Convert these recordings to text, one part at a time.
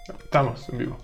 Estamos en vivo.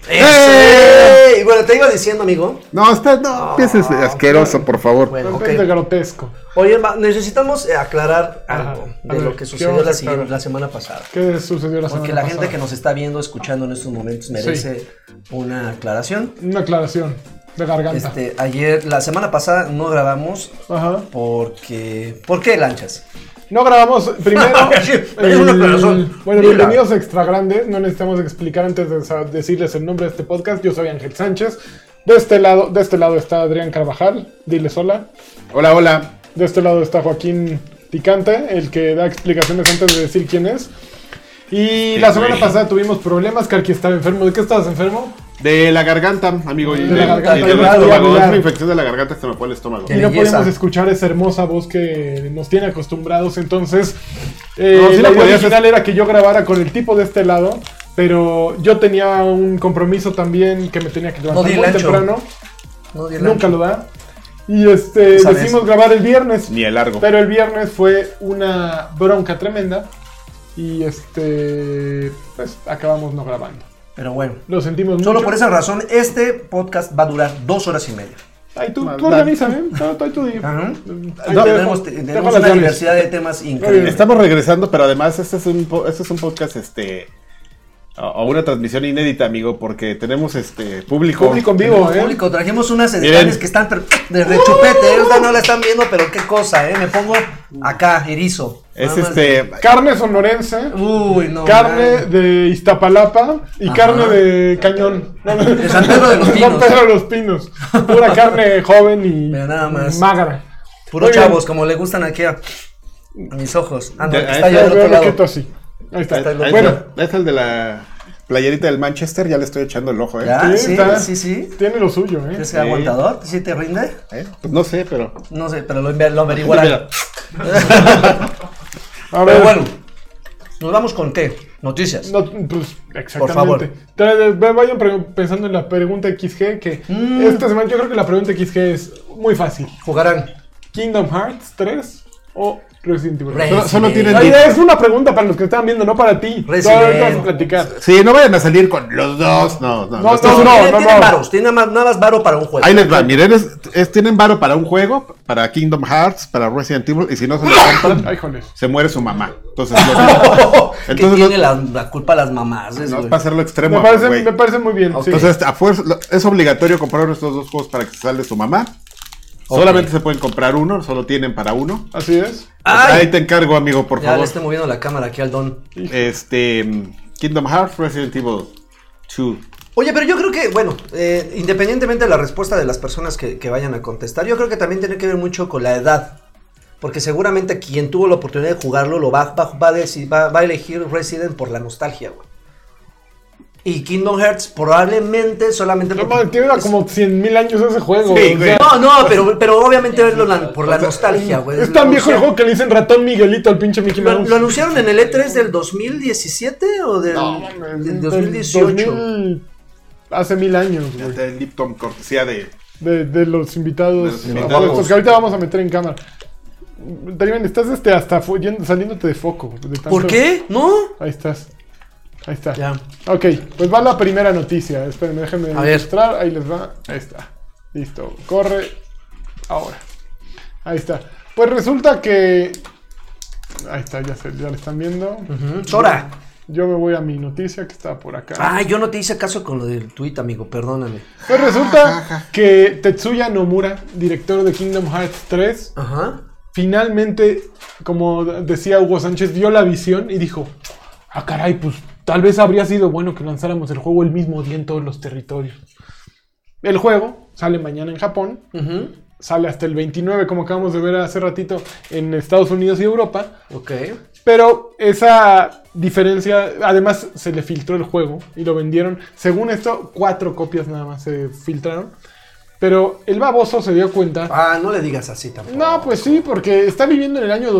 Y bueno, te iba diciendo, amigo. No empieces asqueroso, por favor. Bueno, Okay. de grotesco. Oye, necesitamos aclarar algo de ver, lo que ¿qué sucedió vamos a aclarar? la semana pasada. ¿Qué sucedió la semana Porque la pasada? gente que nos está viendo, escuchando en estos momentos merece una aclaración. Una aclaración de garganta. La semana pasada no grabamos Ajá. porque... ¿Por qué, Lanchas? No grabamos primero. Hay una aclaración. Bueno, Dila. bienvenidos a Extra Grande. No necesitamos explicar antes de decirles el nombre de este podcast. Yo soy Ángel Sánchez. De este lado está Adrián Carvajal. Diles hola. Hola. De este lado está Joaquín Picante, el que da explicaciones antes de decir quién es. Y la semana pasada tuvimos problemas. Karki estaba enfermo. ¿De qué estabas enfermo? De la garganta, amigo. De la garganta, y del claro, estómago. claro. Es una infección de la garganta, se me fue el estómago. Y no belleza. podemos escuchar esa hermosa voz que nos tiene acostumbrados. Entonces, sí la la idea podías original era que yo grabara con el tipo de este lado. Pero yo tenía un compromiso también que me tenía que levantar di el muy ancho. temprano. No, di el Nunca ancho. lo da. Y ¿Sabes? decidimos grabar el viernes. Ni el largo. Pero el viernes fue una bronca tremenda. Y pues acabamos no grabando. Pero bueno. Lo sentimos Solo mucho. por esa razón, este podcast va a durar 2 horas y media. Ay, tú organízame. Tú di. Ajá. Ahí te Tenemos dejo una las llaves. diversidad de temas increíbles. Estamos regresando, pero además este es un podcast o una transmisión inédita, amigo, porque tenemos público. Público en vivo, Público, trajimos unas Miren. ediciones que están de rechupete, ustedes no la están viendo, pero qué cosa, me pongo acá, erizo. Es Nada más. Carne sonorense. Uy, no. Carne man. de Iztapalapa y Ajá. carne de Cañón. De San Pedro de los Pinos. San Pedro de los Pinos. Pura carne joven y Pero nada más. magra. Puros Muy bien. chavos, como le gustan aquí a mis ojos. Ah, no, Ya, que ahí está yo está, del otro Veo lado. loquito así. Ahí está. Está el Ahí Bueno, es el de la playerita del Manchester, ya le estoy echando el ojo, ¿Ya? Sí, Sí, está. sí. tiene lo suyo, ¿Es Sí. aguantador? ¿Sí te rinde? Pues no sé, pero. No sé, pero lo averiguarán. Mira, A Pero ver. bueno, ¿nos vamos con qué? Noticias. No, pues, exactamente. Por favor. Vayan pensando en la pregunta XG, que esta semana yo creo que la pregunta XG es muy fácil. Jugarán. ¿Kingdom Hearts 3 o Resident Evil? Resident. Solo tienen. La idea es una pregunta para los que están viendo, no para ti. Resident. Ahorita vamos a platicar. Sí, no vayan a salir con los dos. No. No, Tienen varos, tienen nada más varo para un juego. Ahí les va, miren, tienen varo para un juego, para Kingdom Hearts, para Resident Evil, y si no se lo compran, Ay, joles. se muere su mamá. Entonces, Que entonces tiene la culpa las mamás. no es güey. para hacerlo extremo. Me güey. parece muy bien. sí. Entonces, a fuerza, es obligatorio comprar estos dos juegos para que se salve su mamá. Ok. Solamente se pueden comprar uno, solo tienen para uno. Así es. Ay. Ahí te encargo, amigo, por Ya favor. le estoy moviendo la cámara aquí al don. Kingdom Hearts, Resident Evil 2. Oye, pero yo creo que, bueno, independientemente de la respuesta de las personas que vayan a contestar, yo creo que también tiene que ver mucho con la edad. Porque seguramente quien tuvo la oportunidad de jugarlo lo va a elegir Resident por la nostalgia, güey. Y Kingdom Hearts probablemente solamente... Tiene como 100,000 años ese juego. Sí, o güey. sea, No, pero obviamente verlo por la nostalgia, güey. es tan viejo el O sea, juego que le dicen ratón Miguelito al pinche Mickey Mouse. ¿Lo anunciaron en el E3 del 2017 o del 2018? 2000, hace 1000 años, güey. El Lipton, cortesía de. De los invitados. De los invitados. apuestos que ahorita vamos a meter en cámara. Darian, estás hasta saliéndote de foco. de tanto- ¿Por qué? ¿No? Ahí estás. Ahí está. Ya. Ok, pues va la primera noticia. Espérenme, déjenme A ver. ilustrar. Ahí les va. Ahí está. Listo. Corre. Ahora. Ahí está. Pues resulta que... Ahí está, ya le están viendo. Sora. Yo me voy a mi noticia que está por acá. Ay, yo no te hice caso con lo del tweet, amigo, perdóname. Pues resulta que Tetsuya Nomura, director de Kingdom Hearts 3, Ajá. finalmente, como decía Hugo Sánchez, vio la visión y dijo: ah, caray, pues tal vez habría sido bueno que lanzáramos el juego el mismo día en todos los territorios. El juego sale mañana en Japón, sale hasta el 29, como acabamos de ver hace ratito, en Estados Unidos y Europa. Ok. Pero esa diferencia, además se le filtró el juego y lo vendieron. Según esto, 4 copias nada más se filtraron. Pero el baboso se dio cuenta. Ah, no le digas así tampoco. No, pues sí, porque está viviendo en el año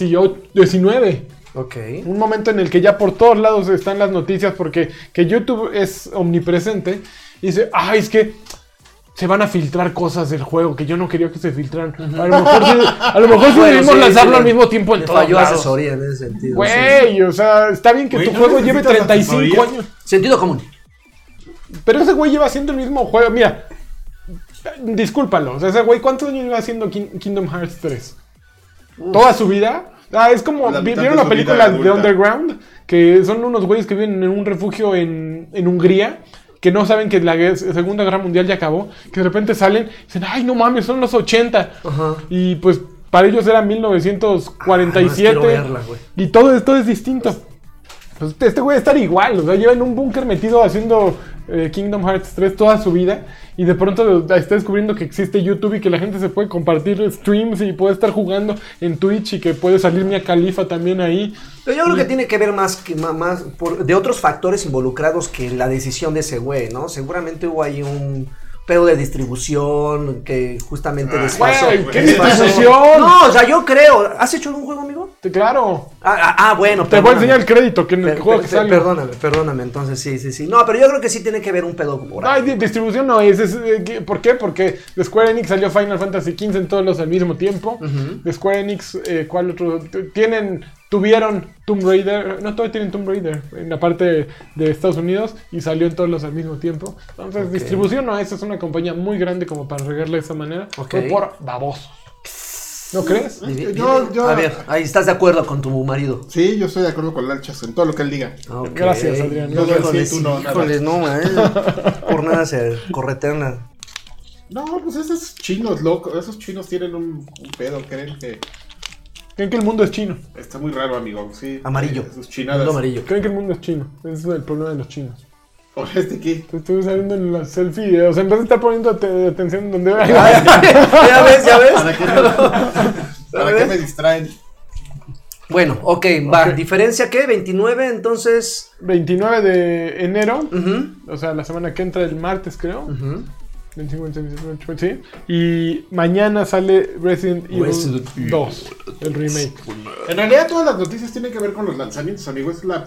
2019. Ok. Un momento en el que ya por todos lados están las noticias porque que YouTube es omnipresente. Y dice, ay, es que se van a filtrar cosas del juego que yo no quería que se filtraran. A lo mejor sí Bueno, debimos sí, lanzarlo sí, al mismo tiempo en le todos falló lados. asesoría en ese sentido. Sí. Güey, o sea, está bien que Güey, tu ¿no juego lleve necesitas 35 asesoría? años. Sentido común. Pero ese güey lleva haciendo el mismo juego. Mira, discúlpalo. O sea, ese güey, ¿cuántos años lleva haciendo Kingdom Hearts 3? ¿Toda su vida? Es como, ¿vieron la película de Underground? Que son unos güeyes que viven en un refugio en Hungría, que no saben que la Segunda Guerra Mundial ya acabó, que de repente salen y dicen, ay, no mames, son los 80. Ajá. Y pues para ellos era 1947. Verla, y todo esto es distinto. Pues este güey estar igual, o sea, lleva en un búnker metido haciendo Kingdom Hearts 3 toda su vida y de pronto está descubriendo que existe YouTube y que la gente se puede compartir streams y puede estar jugando en Twitch y que puede salir Mia Khalifa también ahí. Pero yo creo que tiene que ver más de otros factores involucrados que la decisión de ese güey, ¿no? Seguramente hubo ahí un pedo de distribución que justamente desfasó. ¿Qué distribución? No, o sea, yo creo. ¿Has hecho algún juego, amigo? Claro. Bueno. Te voy a enseñar el crédito que en el juego que sale. Perdóname, entonces sí. No, pero yo creo que sí tiene que ver un pedo como. No, distribución no es. ¿Por qué? Porque de Square Enix salió Final Fantasy XV en todos los al mismo tiempo. De Square Enix, ¿cuál otro? Tuvieron Tomb Raider, no, todavía tienen Tomb Raider en la parte de Estados Unidos y salió en todos los al mismo tiempo. Entonces, distribución no, esa es una compañía muy grande como para regarla de esa manera. Fue por babosos. ¿No crees? A ver, ahí estás de acuerdo con tu marido. Sí, yo estoy de acuerdo con Lanchas en todo lo que él diga. Okay. Gracias, Adrián. Híjoles, no, por nada se corretean. No, pues esos chinos locos, esos chinos tienen un pedo, creen que el mundo es chino. Está muy raro, amigo. Sí. Amarillo. Sus chinadas. Amarillo. Creen que el mundo es chino. Ese es el problema de los chinos. ¿O qué? Te estoy saliendo en la selfie. O sea, en vez de estar poniendo atención donde va. Ya ves. ¿Para qué me distraen? Bueno, ok, va. ¿Diferencia qué? ¿29 entonces? 29 de enero. O sea, la semana que entra, el martes, creo. 25, 26, 28, sí. Y mañana sale Resident Evil 2, el remake. En realidad todas las noticias tienen que ver con los lanzamientos, amigo. Es la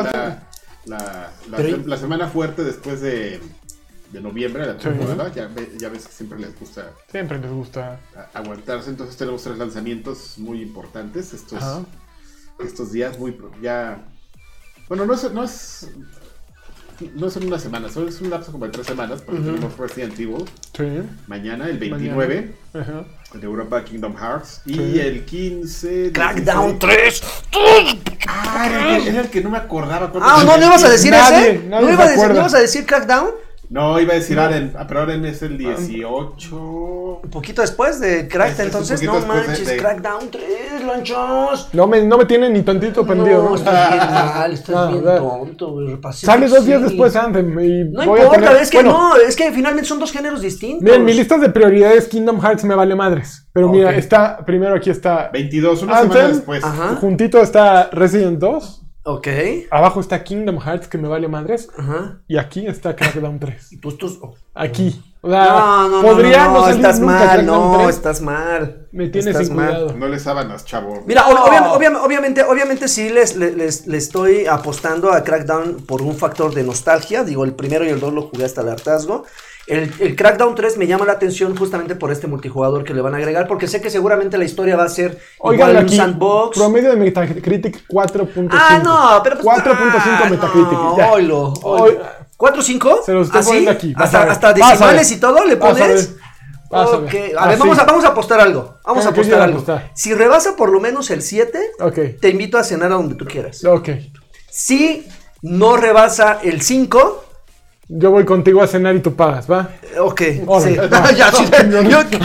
semana fuerte después de noviembre, la temporada. Ya ves que siempre les gusta aguantarse. Entonces tenemos 3 lanzamientos muy importantes estos días. Bueno, no es en una semana, es un lapso como de 3 semanas, porque tenemos Resident Evil mañana, el 29, en Europa Kingdom Hearts, y el 15... ¡Crackdown 3! Era el que no me acordaba. ¿No ibas a decir ese? ¿No ibas a decir Crackdown? No, iba a decir Aren, pero Aren es el 18... Un poquito después de Crackdown, entonces, no manches, Crackdown 3, Lanchos. No me tiene ni tantito prendido. No, estás bien mal, estás bien tonto, güey. Sale 2 días después Anthem y no importa, es que finalmente son 2 géneros distintos. Miren, mi lista de prioridades Kingdom Hearts me vale madres. Pero mira, primero aquí está 22, una semana después. Juntito está Resident 2. Ok. Abajo está Kingdom Hearts, que me vale madres. Y aquí está Crackdown 3. Pues tú... Aquí. O sea, podría no salir estás nunca mal, Crackdown 3. Estás mal. Me tienes sin cuidado. No le sábanas, chavo. Mira, obviamente sí le estoy apostando a Crackdown por un factor de nostalgia. Digo, el primero y el 2 lo jugué hasta el hartazgo. El Crackdown 3 me llama la atención justamente por este multijugador que le van a agregar, porque sé que seguramente la historia va a ser igual un sandbox. Promedio de Metacritic 4.5. No, pero 4.5 Metacritic. Oilo. ¿4.5? Se los estoy poniendo aquí. Hasta decimales y todo le pones. A ver, vamos a apostar algo. Vamos a apostar algo. Si rebasa por lo menos el 7, te invito a cenar a donde tú quieras. Si no rebasa el 5, yo voy contigo a cenar y tú pagas, ¿va? Ok, hola, sí. Va. Ya, sí. No,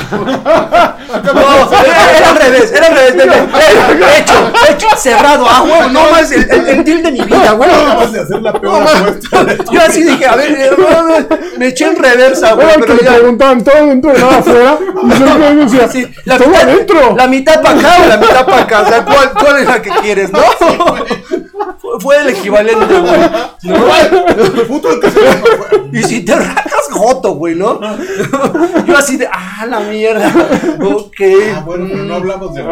era al revés. Hecho, cerrado. Huevo, no más el deal de mi vida, güey. Acabas de hacer la peor apuesta. Yo así dije, a ver, me eché en reversa, güey. Pero ya preguntaban todo dentro de nada afuera. Y yo decía, sí, todo adentro. La mitad para acá o la mitad para acá. O sea, ¿cuál es la que quieres, no? Fue el equivalente, güey. Y si te rajas, joto, güey, ¿no? Yo así de, la mierda. Ok. Bueno, pero no hablamos de...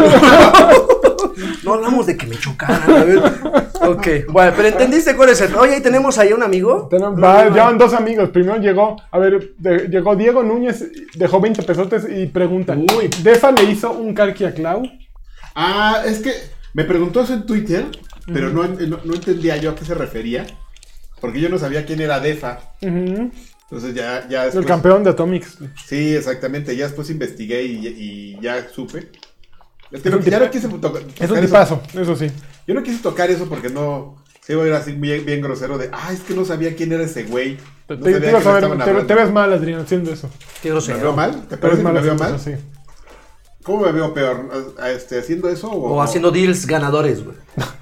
No hablamos de que me chocaran, a ver. Ok, bueno, pero ¿entendiste cuál es el...? Oye, ¿tenemos ahí un amigo? Llevan 2 amigos. Primero llegó Diego Núñez, dejó 20 pesotes y pregunta, ¿Defa le hizo un carqui a Clau? Es que me preguntó eso en Twitter, pero no entendía yo a qué se refería. Porque yo no sabía quién era Defa. Uh-huh. Entonces ya después... El campeón de Atomics. Sí, exactamente. Ya después investigué y ya supe. Es que ya no quise tocar Es un tipazo, eso sí. Yo no quise tocar eso porque no... Se iba a ir así bien grosero de... es que no sabía quién era ese güey. No te ves mal, Adrián, haciendo eso. Qué grosero. ¿Me veo mal? ¿Te parece que me veo mal? Sí. ¿Cómo me veo peor? ¿Haciendo eso? O haciendo deals ganadores, güey.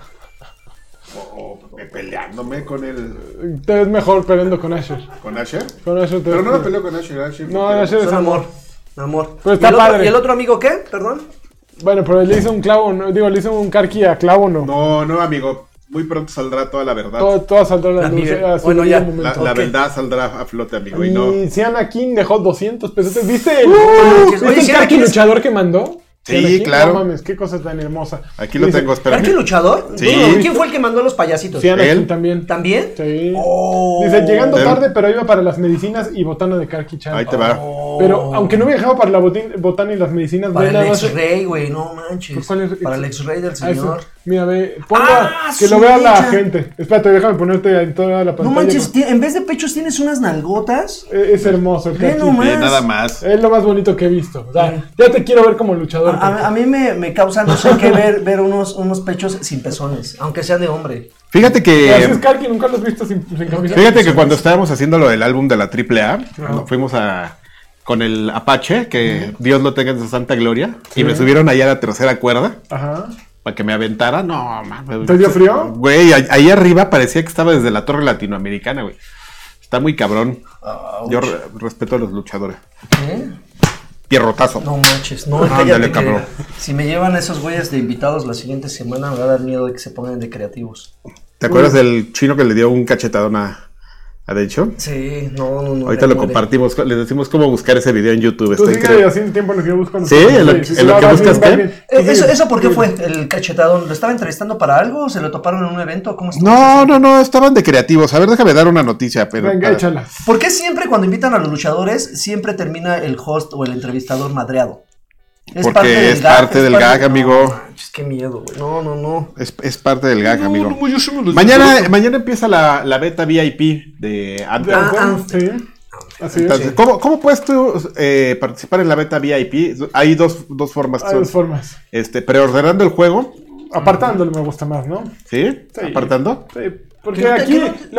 O peleándome con el... Te ves mejor peleando con Asher. ¿Con Asher? Con Asher Pero no me peleo con Asher. No, Asher es amor. Pero está padre. ¿Y el otro amigo qué? Perdón. Bueno, pero le hizo un clavo, ¿no? Le hizo un Karki a clavo, ¿no? No, amigo. Muy pronto saldrá toda la verdad. Todo saldrá a la luz. Bueno, ya. La verdad saldrá a flote, amigo. Y si Anakin dejó 200 pesos. ¿Viste Oye, el Karki luchador que mandó? Sí, claro. No mames, qué cosa tan hermosa. Aquí lo tengo, espera. ¿Karki luchador? Sí. ¿Quién fue el que mandó a los payasitos? Sí, Anakin ¿Él? también. ¿También? Sí. Dice, llegando tarde, pero iba para las medicinas y botana de Karki-chan. Ahí te va. Pero aunque no viajaba para la botana y las medicinas, Para ve el nada más. X-Ray, güey, no manches. ¿Cuál es? Para el X-Ray del señor. Mira, ve, ponga que lo su vea la mecha. gente. Espérate, déjame ponerte en toda la pantalla. No manches, en vez de pechos tienes unas nalgotas. Es hermoso el Ve Karki. nomás. Nada más. Es lo más bonito que he visto. O sea, ya te quiero ver como luchador. A mí me causa no sé qué ver unos pechos sin pezones, aunque sean de hombre. Fíjate Así es que... Karki, nunca lo has visto sin camisa. Fíjate que cuando estábamos haciendo lo del álbum de la AAA, fuimos con el Apache, que Dios lo tenga en su santa gloria, y me subieron allá a la tercera cuerda. Ajá. Para que me aventara, no, mames. ¿Te dio frío? Güey, ahí arriba parecía que estaba desde la torre latinoamericana, güey. Está muy cabrón. Yo respeto a los luchadores. ¿Eh? Pierrotazo. No manches, no, Ándale, cállate que cabrón. si me llevan esos güeyes de invitados la siguiente semana me va a dar miedo de que se pongan de creativos. ¿Te acuerdas del chino que le dio un cachetadón a Dencho? Sí, no. Ahorita lo compartimos, les decimos cómo buscar ese video en YouTube. Tú Está sigue increíble. haciendo tiempo en lo que yo busco. Sí, en lo que buscas, ¿qué? ¿Eso por qué fue el cachetadón? ¿Lo estaba entrevistando para algo? ¿Se lo toparon en un evento? ¿Cómo estuvo? No, estaban de creativos. A ver, déjame dar una noticia. Pero Venga, échala. ¿Por qué siempre cuando invitan a los luchadores siempre termina el host o el entrevistador madreado? Porque es parte del gag, amigo. No, manches, qué miedo, güey. No. Es parte del gag, amigo. No, yo sí me lo Mañana empieza la beta VIP de Anthem. Sí. Así es. Entonces, ¿cómo puedes tú participar en la beta VIP? Hay dos formas. Hay dos formas. Preordenando el juego. Apartándolo me gusta más, ¿no? ¿Sí? Sí. ¿Apartando? Sí, porque aquí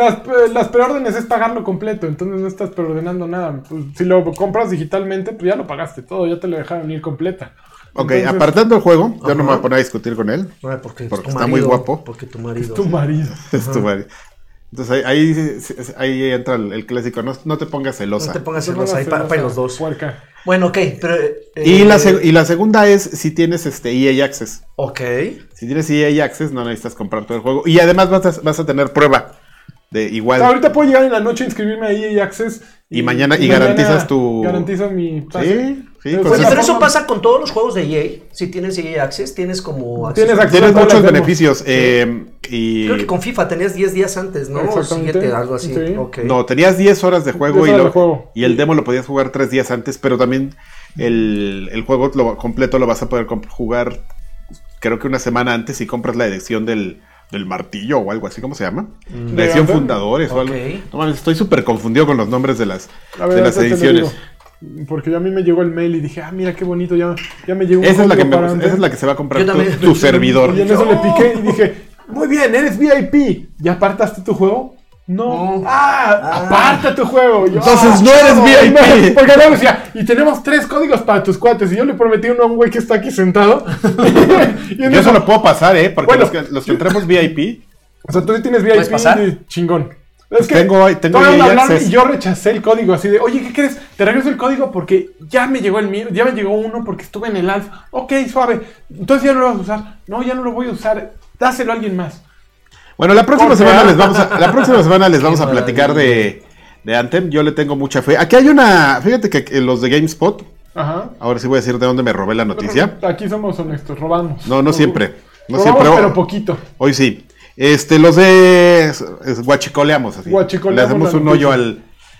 las preórdenes es pagarlo completo, entonces no estás preordenando nada. Pues, si lo compras digitalmente, pues ya lo pagaste todo, ya te lo dejaron ir completa. Ok, Entonces, apartando el juego, yo no me voy a poner a discutir con él. Porque está muy guapo. Porque tu marido. tu marido. Es tu marido. Entonces ahí entra el clásico, no te pongas celosa. No te pongas celosa, ahí para los dos. Puerca. Bueno, ok, pero... Y la segunda es si tienes EA Access. Ok. Si tienes EA Access, no necesitas comprar todo el juego. Y además vas a tener prueba de igual. Ahorita puedo llegar en la noche a inscribirme a EA Access. Y mañana garantizas tu... Garantizas mi pase. Sí. Oye, pero eso pasa con todos los juegos de EA. Si tienes EA Access, tienes como... Tienes acceso Tienes a todas muchos las demos. beneficios. Y... Creo que con FIFA tenías 10 días antes, ¿no? Exactamente. 7, algo así. Sí. Okay. No, tenías 10 horas de juego, 10 horas de juego. Y el demo lo podías jugar 3 días antes, pero también el juego completo lo vas a poder jugar creo que una semana antes si compras la edición del martillo o algo así, ¿cómo se llama? La edición fundadores o algo. No mames, estoy súper confundido con los nombres de las ediciones. Porque a mí me llegó el mail y dije, mira qué bonito, ya me llegó un esa código es la que se va a comprar también. tu servidor. Y en eso le piqué y dije, muy bien, eres VIP. ¿Ya apartaste tu juego? No. Aparta tu juego. Yo, entonces no eres VIP. Porque luego decía, y tenemos 3 códigos para tus cuates. Y yo le prometí uno a un güey que está aquí sentado. Yo eso lo puedo pasar, porque bueno, los que entremos VIP. O sea, tú sí tienes VIP y chingón. Es que tengo y yo rechacé el código así de, oye, ¿qué crees? Te regreso el código porque ya me llegó el mío, ya me llegó uno porque estuve en el alfa. Ok, suave. Entonces ya no lo vas a usar. No, ya no lo voy a usar. Dáselo a alguien más. Bueno, la próxima semana les vamos a platicar de Anthem. Yo le tengo mucha fe. Aquí hay fíjate que los de GameSpot. Ajá. Ahora sí voy a decir de dónde me robé la noticia. Aquí somos honestos, robamos. No siempre. No robamos, siempre. Pero poquito. Hoy sí. Los de guachicoleamos así. Le hacemos un hoyo al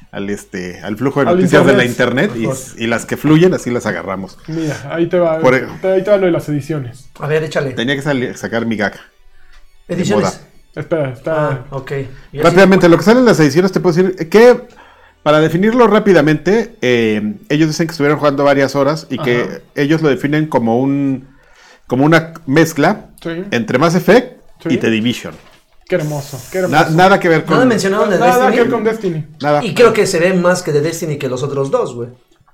flujo de noticias de la internet y las que fluyen así las agarramos. Mira, ahí te va. Ahí te va lo de las ediciones. A ver, échale. Tenía que sacar mi gag. Ediciones. Espera, está... ok. Rápidamente, lo que sale en las ediciones te puedo decir que, para definirlo rápidamente, ellos dicen que estuvieron jugando varias horas y que ellos lo definen como una mezcla entre Mass Effect y The Division. Qué hermoso, qué hermoso. Nada que ver con... Nada mencionaron de Nada Destiny. que ver con Destiny. Nada. Y creo que se ve más que de Destiny que los otros dos, güey.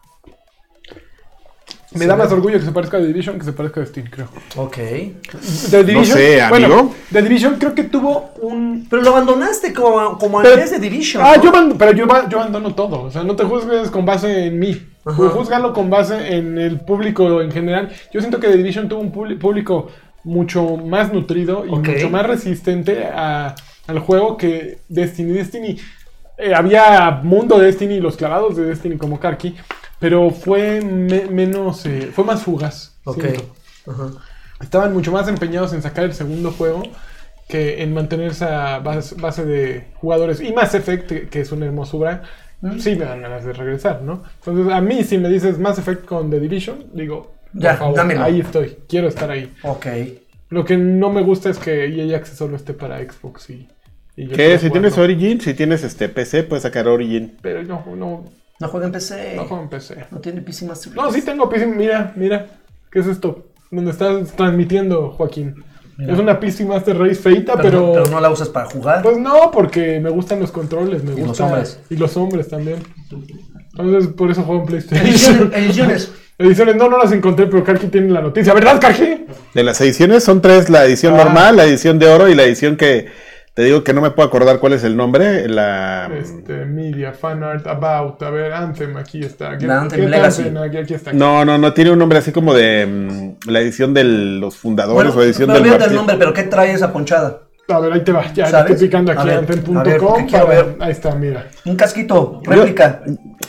Me da más orgullo que se parezca a The Division que se parezca a Destiny, creo. Ok. The Division, No sé, amigo. bueno, The Division creo que tuvo un... Pero lo abandonaste como Pero- antes de Division. Ah, ¿no? yo abandono todo. O sea, no te juzgues con base en mí. Ajá. Júzgalo con base en el público en general. Yo siento que The Division tuvo un público mucho más nutrido y mucho más resistente al juego que Destiny. Destiny, había mundo Destiny, los clavados de Destiny como Karki, pero fue menos, fue más fugaz. Ok. Siento. Ajá. Estaban mucho más empeñados en sacar el segundo juego que en mantener esa base de jugadores. Y Mass Effect, que es una hermosura, sí me dan ganas de regresar, ¿no? Entonces, a mí, si me dices Mass Effect con The Division, digo, Ya, por favor, dámelo. ahí estoy, quiero estar ahí. Ok. Lo que no me gusta es que EA Access solo esté para Xbox y yo ¿Qué? quiero Si jugarlo. tienes Origin, si tienes PC, puedes sacar Origin. Pero no No juega en PC. juego en PC. No tiene PC Master Race. No, sí tengo PC, mira, ¿qué es esto? Donde estás transmitiendo, Joaquín. Mira. Es una PC Master Race feita, pero... Pero no la usas para jugar. Pues no, porque me gustan los controles, me Y los gusta... hombres. Y los hombres también. Entonces, por eso juego en PlayStation. Ediciones. Ediciones, no las encontré, pero Karki tiene la noticia. ¿Verdad, Karki? De las ediciones son 3, la edición normal, la edición de oro y la edición que te digo que no me puedo acordar cuál es el nombre. Media, fan art, about, a ver, Anthem, aquí está. La Anthem Legacy. Aquí está. No, tiene un nombre así como de la edición de los fundadores o edición me del olvidé del partido. nombre, pero ¿qué trae esa ponchada? A ver, ahí te va, ya ¿Sabes? estoy picando A aquí ver, Anthem.com. porque quiero ver. Ahí está, mira. Un casquito, réplica.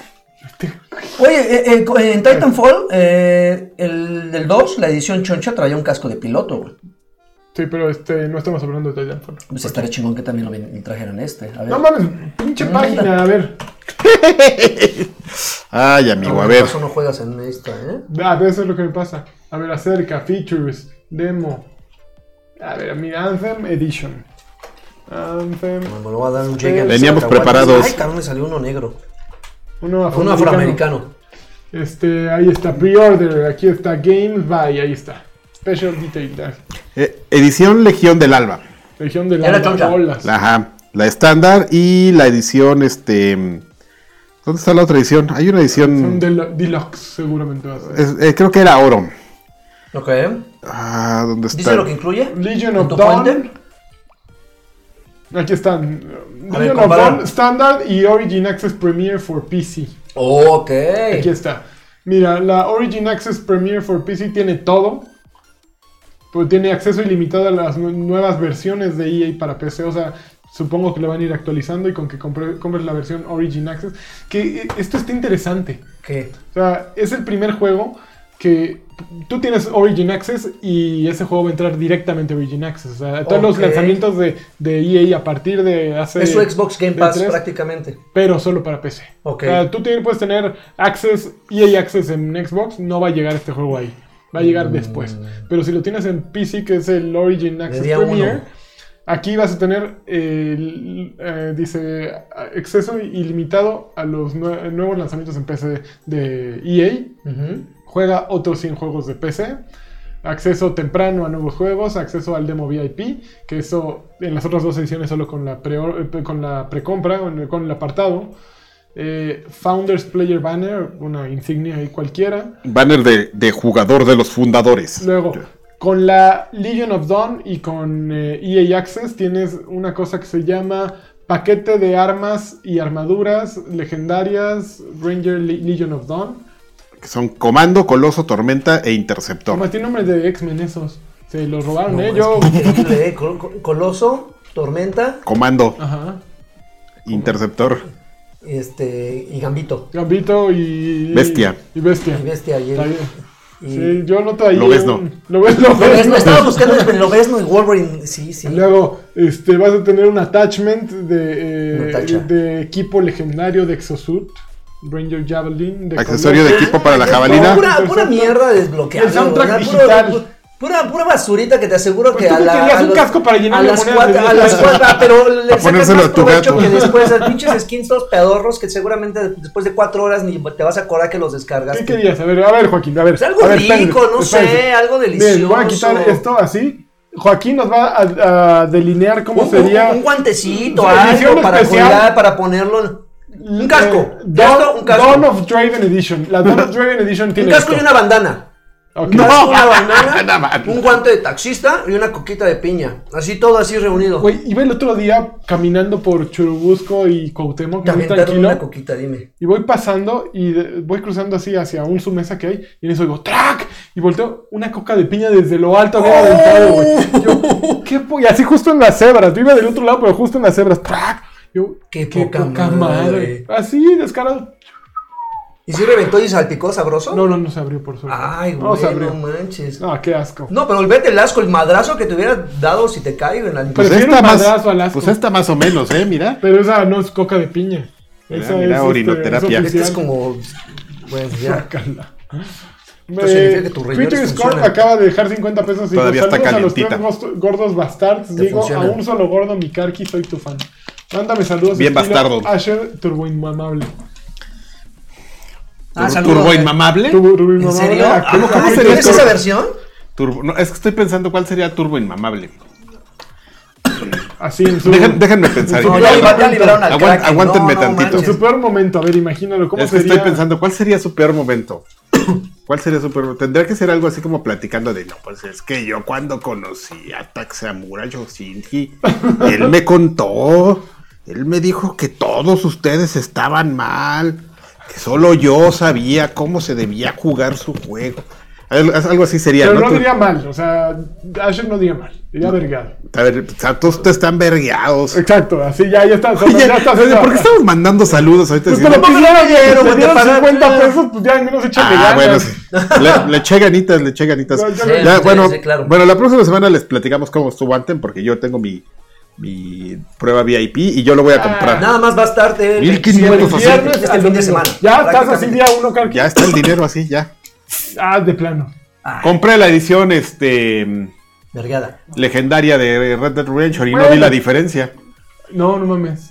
Oye, en Titanfall, el del 2, la edición choncha, traía un casco de piloto, güey. Sí, pero no estamos hablando de Titanfall. Pues estaría chingón que también lo trajeran este. A ver. No mames, pinche página, a ver. Ay, amigo, a por ver. eso no juegas en esta, ¿eh? Eso es lo que me pasa. A ver, acerca, features, demo. A ver, mira, Anthem Edition. Anthem. Me lo va a dar un llegue. Veníamos preparados. Ay, cabrón, me salió uno negro. Uno Un afroamericano. Ahí está, pre-order, aquí está, Games by, ahí está. Special detail, Edición Legión del Alba. Región de Ya la choncha. olas. Ajá. La estándar y la edición, ¿dónde está la otra edición? Hay una Son edición, deluxe, seguramente va a ser. creo que era oro. Ok. ¿Dónde está? ¿Dice lo que incluye? Legion ¿En of tu Dawn. fuente? Aquí están. A ver, Legion of compara. Dawn Standard y Origin Access Premier for PC. Ok. Aquí está. Mira, la Origin Access Premier for PC tiene todo. Pues tiene acceso ilimitado a las nuevas versiones de EA para PC. O sea, supongo que le van a ir actualizando y con que compres la versión Origin Access. Que esto está interesante. ¿Qué? O sea, es el primer juego que tú tienes Origin Access y ese juego va a entrar directamente a Origin Access. O sea, todos los Ok. lanzamientos de EA a partir de hace... Es su Xbox Game Pass de 3, prácticamente. pero solo para PC. Ok. O sea, tú puedes tener EA Access en Xbox, no va a a este juego ahí. Va a llegar después. Pero si lo tienes en PC, que es el Origin Access día Premier, uno. aquí vas a tener, dice, acceso ilimitado a los nuevos lanzamientos en PC de EA. Ujú. Juega otros 100 juegos de PC. Acceso temprano a nuevos juegos. Acceso al demo VIP. Que eso en las otras dos ediciones solo con la precompra, con el apartado. Founders Player Banner, una insignia ahí cualquiera. Banner de jugador de los fundadores. Luego, con la Legion of Dawn y con EA Access tienes una cosa que se llama paquete de armas y armaduras legendarias Ranger Legion of Dawn. Que son Comando, Coloso, Tormenta e Interceptor. Como tiene nombres de X-Men esos. Se los robaron, No, es yo... que increíble, ¿eh? Coloso, Tormenta, Comando, Ajá. Interceptor. y Gambito. Gambito y... Bestia. Y Bestia. Y Bestia. Y Está bien. y- Sí, yo noto ahí... Lobezno. Lobezno, estaba buscando entre Lobezno y Wolverine. Sí, sí. Luego, vas a tener un attachment Una tacha. de equipo legendario de Exosuit, Ranger Javelin. De Accesorio de Coloso. equipo para la jabalina. Pura mierda desbloqueada. El soundtrack ¿verdad? digital. Pura basurita que te aseguro Pues que tú querías un casco para llenarle a las monedas de 4, a las 4, pero le sacas ponérselo más a tu provecho gato. que después de pinches skins todos pedorros que seguramente después de 4 horas ni te vas a acordar que los descargaste. ¿Qué querías? A ver, Joaquín, a ver. Pues algo a ver, rico, no espérense. sé, algo delicioso. Bien, voy a quitar esto así. Joaquín nos va a delinear cómo sería. Un guantecito, Sí, algo edición para especial. colgar, para ponerlo. Un casco. Un casco. Dawn of Draven Edition. La Dawn of Draven Edition Un tiene casco y esto. una bandana. Ok. Un casco, una bandana, No, man. un guante de taxista y una coquita de piña. Así todo así reunido. Güey, iba el otro día caminando por Churubusco y Cuauhtémoc, Te muy aventaron tranquilo. una coquita, dime. Y voy pasando y voy cruzando así hacia un submesa que hay. Y en eso digo, ¡track! Y volteo una coca de piña desde lo alto había aventado, güey. Yo, ¿qué Y así justo en las cebras. Yo iba del otro lado, pero justo en las cebras. ¡Track! Yo, Qué poca madre. Así, descarado. ¿Y si reventó y salpicó sabroso? No se abrió por suerte. Ay, No se güey, abrió. no manches. No, qué asco. No, pero olvídate el asco, el madrazo que te hubiera dado si te caigo en la Pero- Pues Prefiero esta un más, madrazo al asco. pues esta más o menos, mira. Pero esa no es coca de piña. Mira, Esa mira, es orinoterapia. Este es oficial. como. Pues ya. Sácala. Esto significa que tus riñones Twitter Score funcionan. acaba de dejar 50 pesos y Todavía digo, está saludos a los calientita. 3 gordos bastards. Te Digo, funciona. a un solo gordo, mi Karki, soy tu fan. Mándame saludos. Bien estilo bastardo. Asher Turbo Inmamable. Saludos, Turbo güey. inmamable. Turbo ¿En Inmamable. serio? ¿Cómo sería ¿Tienes esto? esa versión? No, es que estoy pensando cuál sería turbo inmamable. Así en su, Déjenme pensar. No, ya ya liberaron al Kraken. Aguántenme No, tantito. en manches. su peor momento. A ver, imagínalo. ¿Cómo Es que sería? estoy pensando, ¿cuál sería su peor momento? ¿Cuál sería su peor momento? Tendría que ser algo así como platicando de, no, pues es que yo cuando conocí a Taxamura Yoshinji, él me contó, él me dijo que todos ustedes estaban mal, que solo yo sabía cómo se debía jugar su juego. Algo así sería, Pero ¿no? no diría mal. O sea, Asher no diría mal. Diría vergado. A ver, o sea, todos ustedes están vergueados. Exacto. Así ya está. Oye, ya está haciendo- ¿por qué estamos mandando saludos ahorita? Pues te diciendo, lo pidieron, dieron, te te dieron pagaron. 50 pesos, pues ya al menos échale ganas. bueno, sí. Le eché ganitas. No, yo Ya, sí, bueno, sí, claro. bueno, la próxima semana les platicamos cómo estuvo antes, porque yo tengo mi prueba VIP y yo lo voy a comprar. Nada más va a estar 1500 El así. viernes este al fin de domingo. semana. Ya estás así Prácticamente. día uno, Karki. Ya está el dinero así, ya. Ah, de plano. Compré la edición Vergada. legendaria de Red Dead Redemption y no Bueno. vi la diferencia. No mames.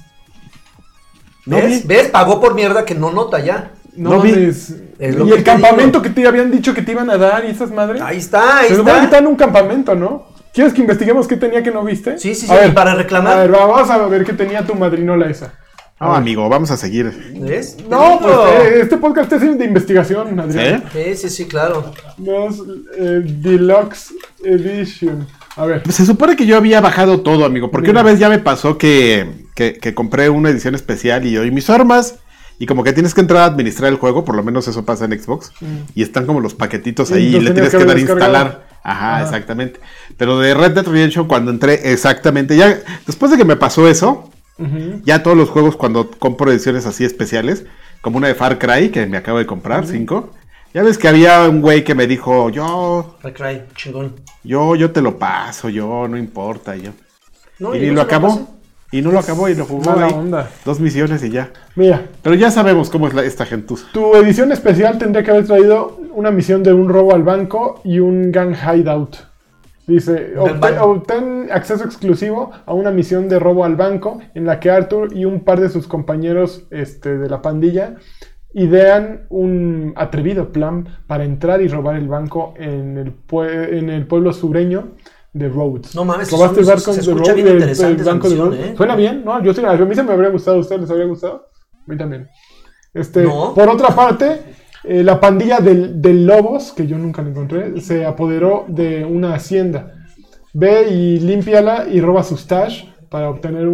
No ¿Ves? vi. ¿Ves? Pagó por mierda que no nota ya. No, No vi. mames. Es lo Y que el te campamento digo. que te habían dicho que te iban a dar y esas madres. Ahí está, ahí Se lo voy a está. quitar en un campamento, ¿no? ¿Quieres que investiguemos qué tenía que no viste? Sí, sí, A sí, para reclamar. A ver, vamos a ver qué tenía tu madrinola esa. No, amigo, vamos a seguir. ¿Ves? No, Te pues digo. este podcast es de investigación, Adrián. ¿Eh? Sí, claro. Los Deluxe Edition. A ver. Se supone que yo había bajado todo, amigo, porque una vez ya me pasó que compré una edición especial y yo y mis armas, y como que tienes que entrar a administrar el juego, por lo menos eso pasa en Xbox, y están como los paquetitos Y ahí y los le tenías tienes que que dar a haber descargado. instalar. Ajá, exactamente. Pero de Red Dead Redemption cuando entré exactamente, ya después de que me pasó eso, ya todos los juegos cuando compro ediciones así especiales, como una de Far Cry que me acabo de comprar, 5. Ya ves que había un güey que me dijo, yo Recry, chingón. te lo paso, no importa, yo. No, Y yo ni no lo se acabó. pasé. Y no lo acabó y lo jugó Mala ahí. onda. 2 misiones y ya. Mira, Pero ya sabemos cómo es esta gentuza. tu edición especial tendría que haber traído una misión de un robo al banco y un gang hideout. Dice, obtén acceso exclusivo a una misión de robo al banco en la que Arthur y un par de sus compañeros de la pandilla idean un atrevido plan para entrar y robar el banco en el pueblo sureño de Rhodes. No mames, Robaste el se banco de escucha Rhodes, bien interesante esa banco de misión, Rhodes. ¿eh? Suena bien, ¿no? A mí se me habría gustado, ¿a ustedes les habría gustado? A mí también. No. Por otra parte, la pandilla del Lobos, que yo nunca la encontré, se apoderó de una hacienda. Ve y límpiala y roba sus stash para obtener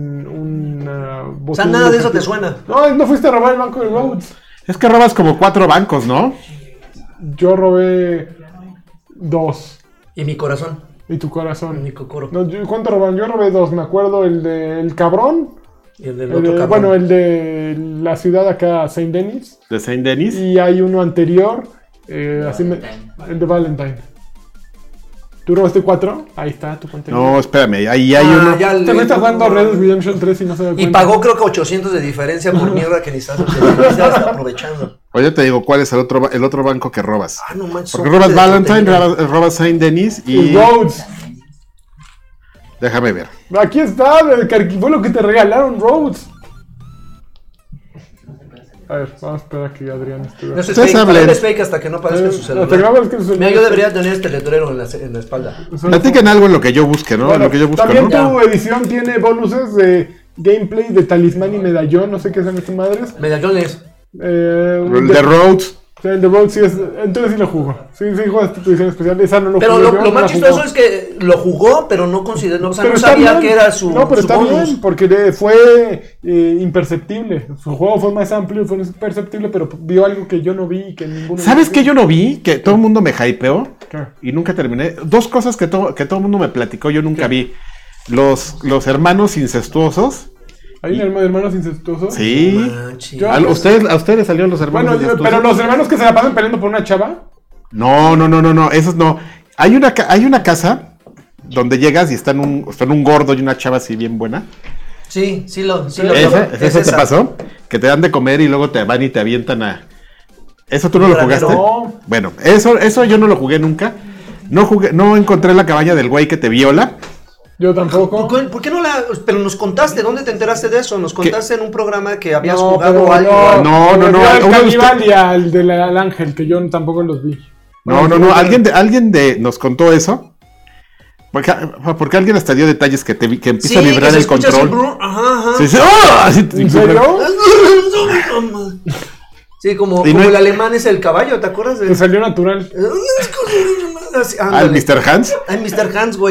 una O sea, nada de eso te suena. No fuiste a robar el banco de Rhodes. Es que robas como 4 bancos, ¿no? Yo robé 2. Y mi corazón. Y tu corazón. Mi cocoro. No, ¿cuánto robaron? Yo robé 2. Me acuerdo el del cabrón. Y el del otro cabrón. Bueno, el de la ciudad acá, Saint Denis. De Saint Denis. Y hay uno anterior. El de Valentine. ¿Tú robaste 4? Ahí está tu contenido. No, espérame, ahí hay uno. Te me está jugando Red Dead Redemption 3 y no se da cuenta. Y pagó creo que 800 de diferencia por mierda que ni estás aprovechando. Oye, te digo, ¿cuál es el otro banco que robas? No manches. Porque robas Valentine, robas Saint Denis y... Rhodes. Déjame ver. Aquí está, fue lo que te regalaron, Rhodes. A ver, vamos a esperar a que Adrián esté. No es fake hasta que no aparezca su celular. Mira, yo debería tener este letrero en la espalda. Platiquen algo en lo que yo busque, ¿no? Bueno, lo que yo busco, también ¿no? tu edición tiene bonuses de gameplay de talismán y medallón. No sé qué son estas madres. Medallones. El de Rhodes. O sea, el de Rhodes sí es. Entonces sí lo jugó. Sí jugaste tu edición especial. Esa no lo pero jugó. Pero lo más chistoso es que lo jugó, pero no consideró. O sea, pero no sabía bien. que era su. No, pero su está bonus. bien, porque fue imperceptible. Su juego fue más amplio, fue imperceptible, pero vio algo que yo no vi y que ninguno. ¿Sabes qué yo no vi? Que todo el mundo me hypeó ¿Qué? y nunca terminé. Dos cosas que todo el mundo me platicó, yo nunca vi. Los hermanos incestuosos. ¿Hay hermanos incestuosos? Sí. Yo- ¿A ustedes les salieron los hermanos Bueno, incestuosos? pero los hermanos que se la pasan peleando por una chava. No, esos no. Hay una casa donde llegas y está en un gordo y una chava así bien buena. Sí lo ¿Eso es te pasó? Que te dan de comer y luego te van y te avientan a... ¿Eso tú no lo jugaste? No. Bueno, eso yo no lo jugué nunca. No encontré la cabaña del güey que te viola. Yo tampoco. ¿Por qué no la...? Pero nos contaste, ¿dónde te enteraste de eso? Nos contaste en un programa que habías No, jugado pero algo. No. Al Uno de caníbal y al del ángel, que yo tampoco los vi. No. Alguien nos contó eso. Porque alguien hasta dio detalles que empieza a vibrar el control. Ajá. Sí, ¡oh! Así, ¿En serio? Sí, como Y no el es- alemán es el caballo, ¿te acuerdas? Me salió natural. Al Mr. Hans. Al Mr. Hans, güey.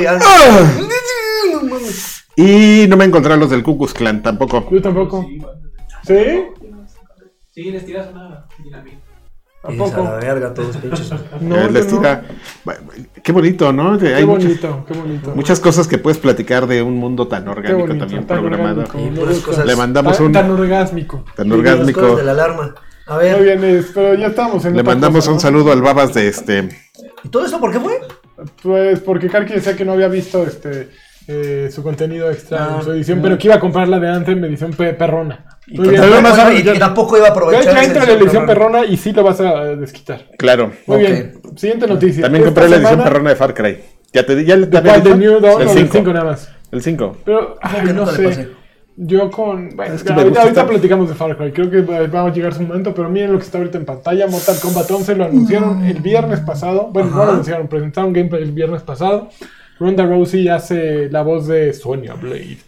No mames. Y no me encontré a los del Ku Klux Klan tampoco. Yo tampoco. ¿Sí? Sí, les tiras una dinamita. ¿A A poco? la verga, todos pinches. No, Les yo no. tira- Qué bonito, ¿no? Qué Hay bonito, qué bonito. muchas cosas que puedes platicar de un mundo tan Qué orgánico, bonito, también tan programado. orgánico, Y me puras gusta. cosas- Le mandamos Tan orgásmico. tan Las orgásmico. cosas de la alarma. A Muy ver. bien, pero ya estamos en Le otra mandamos cosa, un ¿no? saludo al Babas de ¿Y todo esto por qué fue? Pues porque Karki decía que no había visto su contenido extra en su edición, Ah. pero que iba a comprar la de Anthem edición perrona. Y Muy bien. y tampoco iba a aprovechar. Ya esa entra la edición perrona. perrona y sí lo vas a desquitar. Claro. Muy Ok. bien. Siguiente noticia. También Esta compré la edición semana- perrona de Far Cry. ¿Ya te había ¿Cuál? dicho? ¿De New Dawn El o del 5. 5 nada más? El 5. Pero, que no nunca le sé. pasé. Yo con... Bueno, Es que me ahorita gusta platicamos de Far Cry. Creo que vamos a llegar a su momento, pero miren lo que está ahorita en pantalla. Mortal Kombat 11 lo anunciaron el viernes pasado. Bueno, no lo anunciaron, presentaron gameplay el viernes pasado. Ronda Rousey hace la voz de Sonya Blade.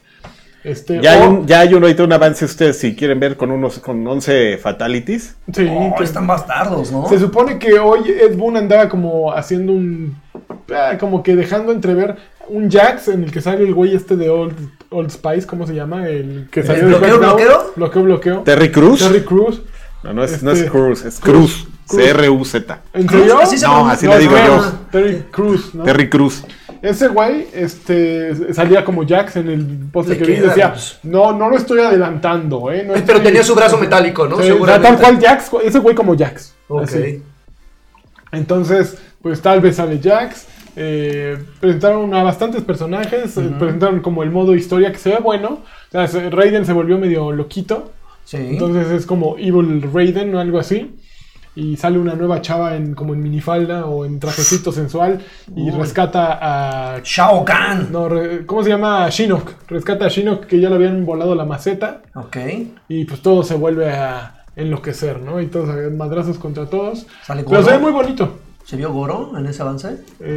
Ya hay ahorita un avance ustedes si quieren ver con 11 fatalities. Sí, que- Están bastardos, ¿no? se supone que hoy Ed Boon andaba como haciendo como que dejando entrever un Jax en el que sale el güey de Old Spice, ¿cómo se llama? El que salió de bloqueo, SmackDown. Bloqueo. Terry Cruz. Terry Crews. No es Cruz, es Cruz. Cruz. C-R-U-Z. ¿En serio? ¿Así se No, pronuncia? así le digo yo. Terry Crews, ¿no? Terry Cruz. Ese güey salía como Jax en el post Le que vi y queda, decía, pues. no lo estoy adelantando, ¿eh? No Pero estoy- tenía su brazo metálico, ¿no? Sí, o sea, Seguramente. tal cual Jax, ese güey como Jax. Ok. Así. Entonces, pues tal vez sale Jax. Presentaron a bastantes personajes. Presentaron como el modo historia que se ve bueno. O sea, Raiden se volvió medio loquito. Sí. Entonces es como Evil Raiden o algo así. Y sale una nueva chava como en minifalda o en trajecito sensual. Y rescata a... Shao Kahn. No, ¿cómo se llama? A Shinnok. Rescata a Shinnok que ya le habían volado la maceta. Ok. Y pues todo se vuelve a enloquecer, ¿no? Y todos madrazos contra todos. Sale Pero se ve Goro. muy bonito. ¿Se vio Goro en ese avance?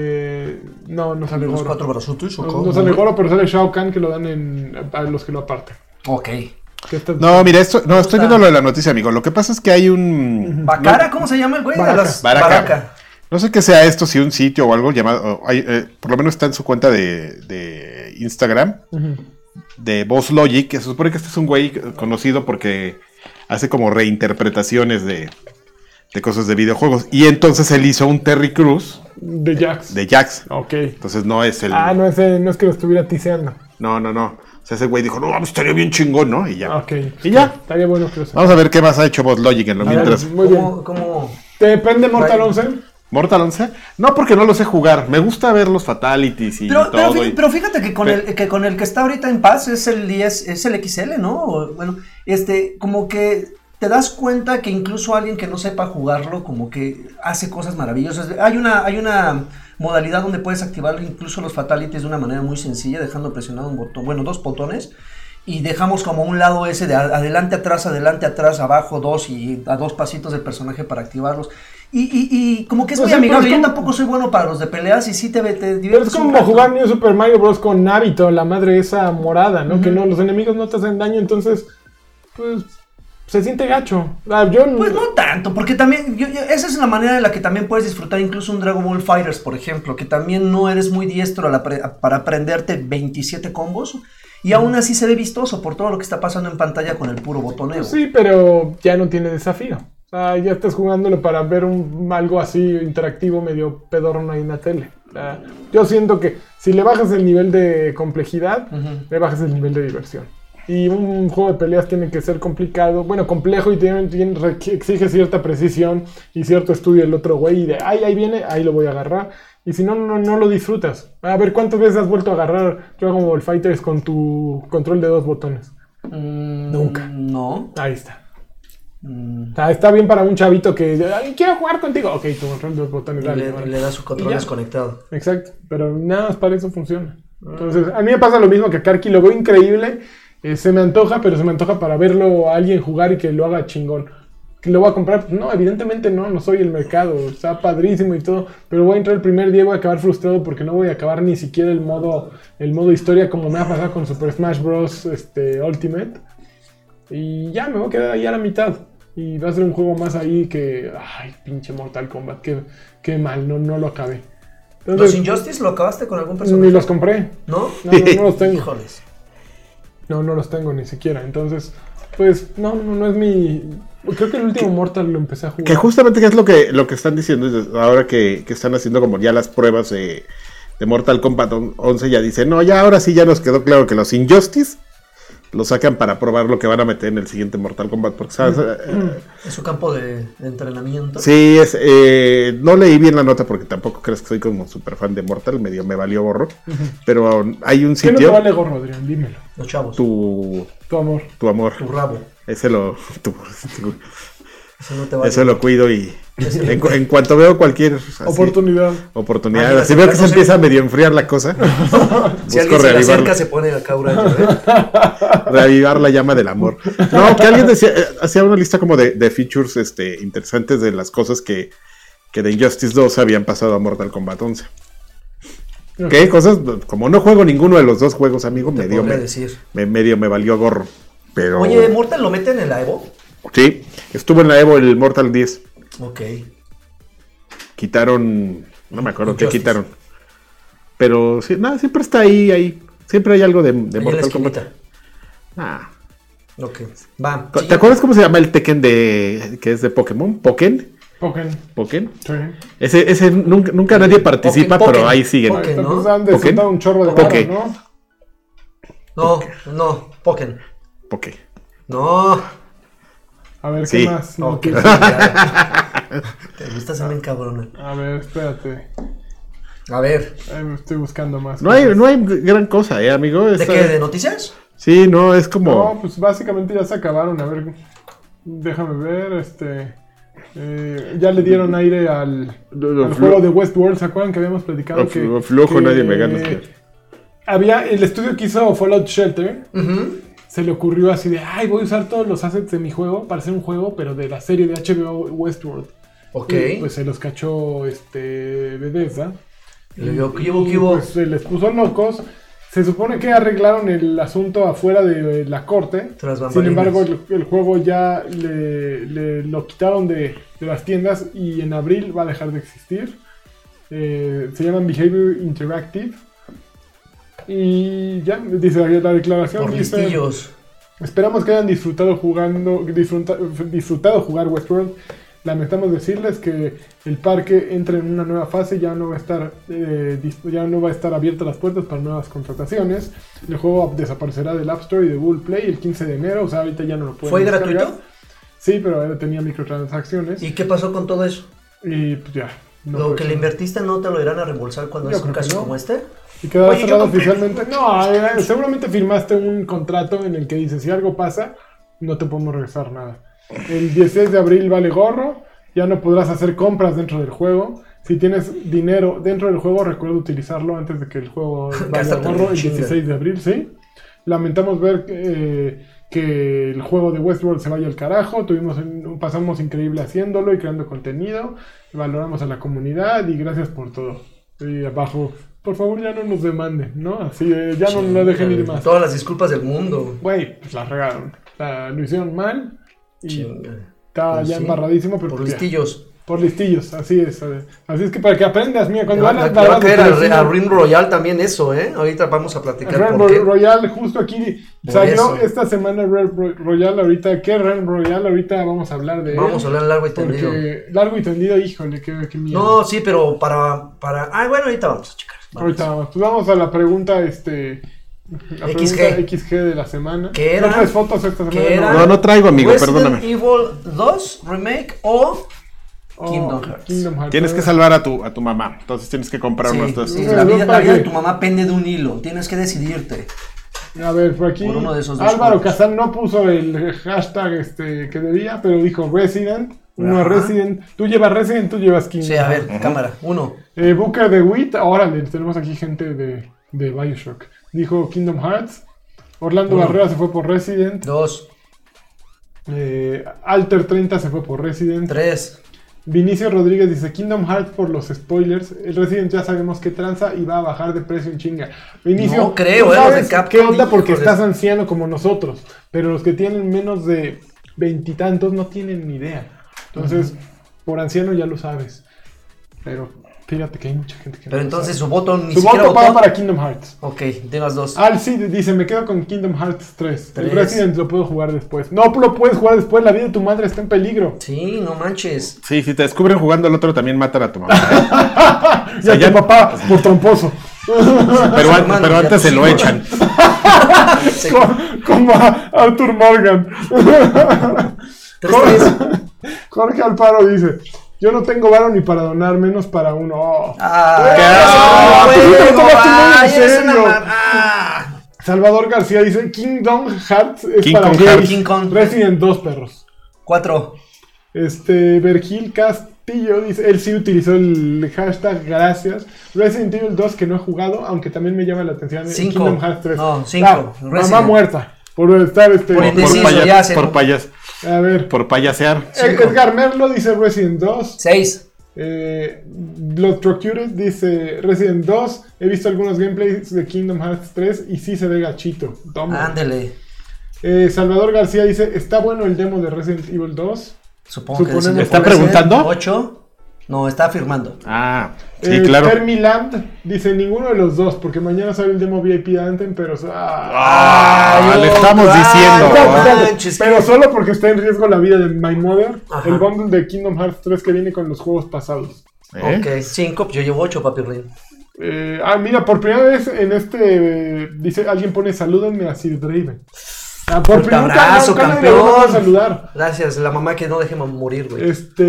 No sale Los Goro. 4 brazotes o No, cómo? no sale Goro, pero sale Shao Kahn que lo dan a los que lo aparten. Ok. Que está- No, mira, estoy viendo lo de la noticia, amigo. Lo que pasa es que hay un... ¿Bacara? ¿Cómo se llama el güey? Baraka. De las- Baraka. Baraka. No sé qué sea esto, si un sitio o algo llamado... por lo menos está en su cuenta de Instagram, Ujú. de Boss Logic, que se supone que este es un güey conocido porque hace como reinterpretaciones de cosas de videojuegos. Y entonces él hizo un Terry Crews De Jax. de Jax. Ok. Entonces no es el... No es que lo estuviera tiseando. No. O sea, ese güey dijo, no, vamos, estaría bien chingón, ¿no? Y ya. Ok. Y ya. Estaría bueno que lo sepa. Vamos a ver qué más ha hecho Boss Logic en lo A ver, mientras. muy bien. ¿Cómo? ¿Te prende Mortal 11? ¿Mortal 11? No, porque no lo sé jugar. Me gusta ver los fatalities y todo. Pero fíjate que con el que está ahorita en paz es el XL, ¿no? Bueno, como que te das cuenta que incluso alguien que no sepa jugarlo, como que hace cosas maravillosas. Hay una modalidad donde puedes activar incluso los fatalities de una manera muy sencilla, dejando presionado un botón, bueno, 2 botones, y dejamos como un lado ese de adelante, atrás, abajo, 2 y a 2 pasitos del personaje para activarlos. Y como que es muy amigable. Yo tampoco soy bueno para los de peleas y sí te diviertes. Pero es como jugar New Super Mario Bros. Con Nabito, la madre esa morada, ¿no? Que no, los enemigos no te hacen daño, entonces, pues, se siente gacho. Pues no tanto, porque también, esa es la manera en la que también puedes disfrutar incluso un Dragon Ball Fighters, por ejemplo, que también no eres muy diestro para aprenderte 27 combos. Y aún así se ve vistoso por todo lo que está pasando en pantalla con el puro botoneo. Sí, pero ya no tiene desafío. O sea, ya estás jugándolo para ver algo así interactivo medio pedorno ahí en la tele. Yo siento que si le bajas el nivel de complejidad, le bajas el nivel de diversión. Y un juego de peleas tiene que ser complicado, bueno, complejo y exige cierta precisión y cierto estudio el otro güey. Y de ahí viene, ahí lo voy a agarrar. Y si no lo disfrutas. A ver, ¿cuántas veces has vuelto a agarrar Dragon Ball Fighters con tu control de 2 botones? Nunca. No. Ahí está. O sea, está bien para un chavito que quiero jugar contigo. Ok, tu control de 2 botones. Le da su control desconectado. Exacto. Pero nada más para eso funciona. Entonces, a mí me pasa lo mismo que a Karki. Lo veo increíble. Se me antoja, pero se me antoja para verlo a alguien jugar y que lo haga chingón. ¿Que lo voy a comprar? Pues no, evidentemente no soy el mercado, está padrísimo y todo, pero voy a entrar el primer día y voy a acabar frustrado porque no voy a acabar ni siquiera el modo historia como me ha pasado con Super Smash Bros. Ultimate, y ya me voy a quedar ahí a la mitad, y va a ser un juego más ahí que, ay, pinche Mortal Kombat, qué mal, no lo acabé. Entonces, ¿Los Injustice lo acabaste con algún personaje? Ni los compré. ¿No? No los tengo. Híjoles. No los tengo ni siquiera, entonces, pues, no es mi... Creo que el último Mortal lo empecé a jugar. Que justamente es lo que están diciendo ahora que están haciendo como ya las pruebas de Mortal Kombat 11, ya dicen, no, ya ahora sí ya nos quedó claro que los Injustice lo sacan para probar lo que van a meter en el siguiente Mortal Kombat, porque ¿sabes? ¿Es su campo de entrenamiento? Sí, no leí bien la nota porque tampoco crees que soy como súper fan de Mortal, medio me valió gorro, pero hay un sitio... ¿Qué no te vale gorro, Adrián? Dímelo. Los chavos. Tu amor. Tu amor. Tu rabo. Ese lo... Eso no te vale. Eso lo cuido y en cuanto veo cualquier oportunidad, así veo que se empieza a medio enfriar la cosa. Si alguien se le acerca se pone acá reavivar la llama del amor. No, que alguien hacía una lista como de features interesantes de las cosas que de Injustice 2 habían pasado a Mortal Kombat 11. ¿Qué cosas? Como no juego ninguno de los dos juegos, amigo, medio me valió gorro. Pero... Oye, ¿Mortal lo meten en la Evo? Sí, estuvo en la Evo el Mortal 10. Ok. Quitaron, no me acuerdo qué quitaron. Pero sí, nada, siempre está ahí. Siempre hay algo de Mortal Kombat. Ok, va. ¿Te acuerdas cómo se llama el Tekken que es de Pokémon? ¿Pokken? Sí. Ese nunca nadie participa, pero ahí siguen. Pokken, ¿no? Han desatado un chorro de Poké. No, Pokken. Poké. No. A ver, ¿qué más? No, okay. Te gusta ser bien cabrona. A ver, espérate. A ver. Estoy buscando más. No hay gran cosa, amigo. ¿De qué? ¿De noticias? Sí, no, es como... No, pues básicamente ya se acabaron. A ver, déjame ver, ya le dieron aire al juego de Westworld. ¿Se acuerdan que habíamos platicado? Flojo, nadie me gana. Había el estudio que hizo Fallout Shelter. Se le ocurrió así de, voy a usar todos los assets de mi juego para hacer un juego, pero de la serie de HBO Westworld. Ok. Y pues se los cachó Bethesda. Pues se les puso locos. Se supone que arreglaron el asunto afuera de la corte. Sin embargo, el juego ya lo quitaron de las tiendas y en abril va a dejar de existir. Se llaman Behavior Interactive. Y ya, dice la declaración. Por listillos. Esperamos que hayan disfrutado jugar Westworld. Lamentamos decirles que el parque entra en una nueva fase, ya no va a estar abierta las puertas para nuevas contrataciones. El juego desaparecerá del App Store y de Google Play el 15 de enero, o sea, ahorita ya no lo pueden ¿Fue descargar. gratuito? Sí, pero tenía microtransacciones. ¿Y qué pasó con todo eso? Y pues ya, Lo que le invertiste no te lo irán a reembolsar cuando es un caso como este. Y quedará cerrado oficialmente. No, seguramente firmaste un contrato en el que dice, si algo pasa, no te podemos regresar nada. El 16 de abril vale gorro, ya no podrás hacer compras dentro del juego. Si tienes dinero dentro del juego, recuerda utilizarlo antes de que el juego vaya gorro el 16 de abril, ¿sí? Lamentamos ver que el juego de Westworld se vaya al carajo. Pasamos increíble haciéndolo y creando contenido. Valoramos a la comunidad y gracias por todo. Y abajo, por favor ya no nos demanden, ¿no? Así ya no nos dejen ir más. Todas las disculpas del mundo. Güey, pues la regaron. Lo hicieron mal y está pues ya embarradísimo. Pero por listillos. Por listillos, así es. Así es que para que aprendas, mira, cuando va a caer a Rim Royal también eso, ¿eh? Ahorita vamos a platicar Rim Royal, justo aquí salió esta semana Rim Royal, ahorita, ¿qué Rim Royal? Ahorita vamos a hablar de Vamos a hablar largo y tendido. Largo y tendido, híjole, qué miedo. No, sí, pero para... bueno, ahorita vamos a checar. Ahorita vamos. Pues vamos a la pregunta, XG de la semana. ¿Qué era? ¿No traes fotos esta semana? No traigo, amigo, Resident perdóname. Evil 2 Remake o Kingdom Hearts. Tienes que salvar a tu mamá, entonces tienes que comprar unos dos. Sí, la vida de tu mamá pende de un hilo, tienes que decidirte. A ver, por aquí Por uno de esos dos Álvaro juegos. Casal no puso el hashtag que debía, pero dijo Resident. Uno a Resident. Tú llevas Resident, tú llevas Kingdom. Sí, a ver, cámara, uno. Booker de Witt, órale, tenemos aquí gente de Bioshock. Dijo Kingdom Hearts. Orlando Barrera se fue por Resident. 2. Alter 30 se fue por Resident. 3. Vinicio Rodríguez dice Kingdom Hearts por los spoilers. El Resident ya sabemos que tranza y va a bajar de precio en chinga. Vinicio, no creo, ¿tú sabes los de Capcom, qué onda? Porque híjoles. estás anciano como nosotros. Pero los que tienen menos de 20 y tantos no tienen ni idea. Entonces, por anciano ya lo sabes. Pero fíjate que hay mucha gente que Pero no entonces lo su voto ni sabe. Su siquiera voto votó. para Kingdom Hearts. Ok, tengas 2. Alcid dice, me quedo con Kingdom Hearts 3. El 3. Resident lo puedo jugar después. No lo puedes jugar después, la vida de tu madre está en peligro. Sí, no manches. Sí, si te descubren jugando al otro también matan a tu mamá. Y a tu papá por tromposo. Pero antes se lo echan. Como a Arthur Morgan. 3-3. Jorge Alfaro dice, yo no tengo varo ni para donar, menos para uno. Oh. Salvador García dice, Kingdom Hearts es King para Kong gays. Hearts. King Kong. Resident 2 perros. 4. Vergil Castillo dice, él sí utilizó el hashtag gracias. Resident Evil 2 que no he jugado, aunque también me llama la atención. 5. Kingdom Hearts 3. No, 5. Mamá muerta. Por estar Por indeciso, ya se no. A ver. Por payasear. Edgar Merlo dice Resident 2. 6. Blood Procured dice Resident 2. He visto algunos gameplays de Kingdom Hearts 3 y sí se ve gachito. Toma. Ándele. Salvador García dice, ¿está bueno el demo de Resident Evil 2? Supongo que Suponemos. sí. ¿Está preguntando? 8. No, está afirmando. Ah, sí, claro. Fermiland dice, ninguno de los dos, porque mañana sale el demo VIP de Anthem, pero... Le estamos diciendo. Pero solo porque está en riesgo la vida de My Mother, Ajá. el bundle de Kingdom Hearts 3 que viene con los juegos pasados. Ok, 5. Yo llevo 8, papi Rin. Mira, por primera vez en dice, alguien pone, salúdenme a Sir Draven. Por Fuerte abrazo, nunca nadie campeón. lo va a saludar. Gracias, la mamá que no dejemos morir, güey.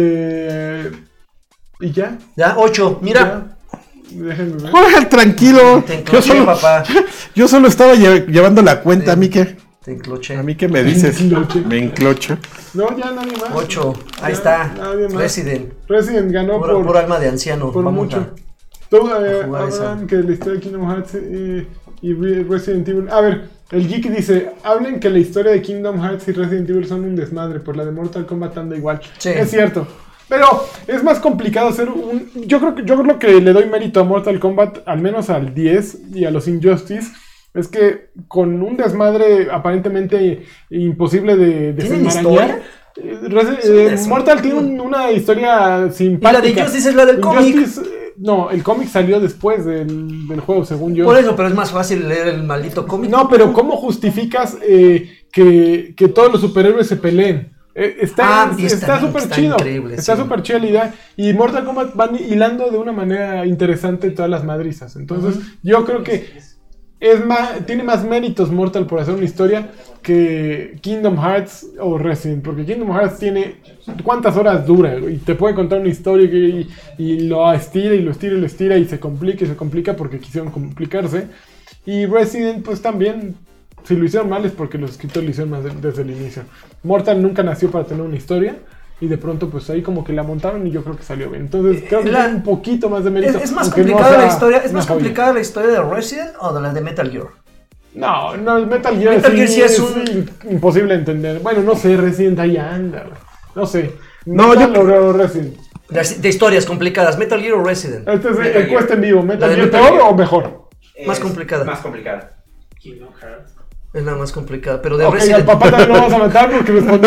Y ya. Ya, 8. Mira. Ya. Déjenme ver. Jorge, tranquilo. Te encloché, papá. Yo solo estaba llevando la cuenta. ¿A mí qué? Te encloché. ¿A mí qué me dices? Encloché. Me enclocho. No, ya nadie más. 8. Ahí Ya, está. nadie más. Resident. Resident ganó Por alma de anciano. por Vamos mucho. a- Tú, jugar hablan esa. que la historia de Kingdom Hearts y Resident Evil. A ver, el Geek dice: hablen que la historia de Kingdom Hearts y Resident Evil son un desmadre, pues la de Mortal Kombat anda igual. Sí. Es cierto. Pero es más complicado hacer un. Yo creo que le doy mérito a Mortal Kombat, al menos al 10 y a los Injustice. Es que con un desmadre aparentemente imposible de ¿Tienen desenmarañar. Mortal tiene una historia simpática. Y la de Injustice es la del cómic. No, el cómic salió después del juego, según yo. Por eso, pero es más fácil leer el maldito cómic. No, pero ¿cómo justificas que todos los superhéroes se peleen? Está súper chido. Increíble, está sí. súper chida la idea. Y Mortal Kombat van hilando de una manera interesante todas las madrizas. Entonces, yo creo que tiene más méritos Mortal por hacer una historia que Kingdom Hearts o Resident, porque Kingdom Hearts tiene cuántas horas dura y te puede contar una historia y lo estira y lo estira y lo estira y se complica porque quisieron complicarse. Y Resident pues también, si lo hicieron mal es porque los escritores lo hicieron mal desde el inicio. Mortal nunca nació para tener una historia y de pronto pues ahí como que la montaron y yo creo que salió bien. Entonces creo que tiene un poquito más de mérito. ¿Es más complicada la historia? ¿Es más complicada la historia de Resident o de la de Metal Gear? No, el Metal Gear sí es imposible entender. Bueno, no sé, Resident ahí anda. No sé. No, yo logró Resident. De historias complicadas, Metal Gear o Resident. Este es encuesta en vivo. ¿Metal Gear peor o mejor? Más complicada. Más complicada. Kingdom Hearts. Es la más complicada, pero de Resident. Resident. Al papá también lo vamos a matar porque respondió.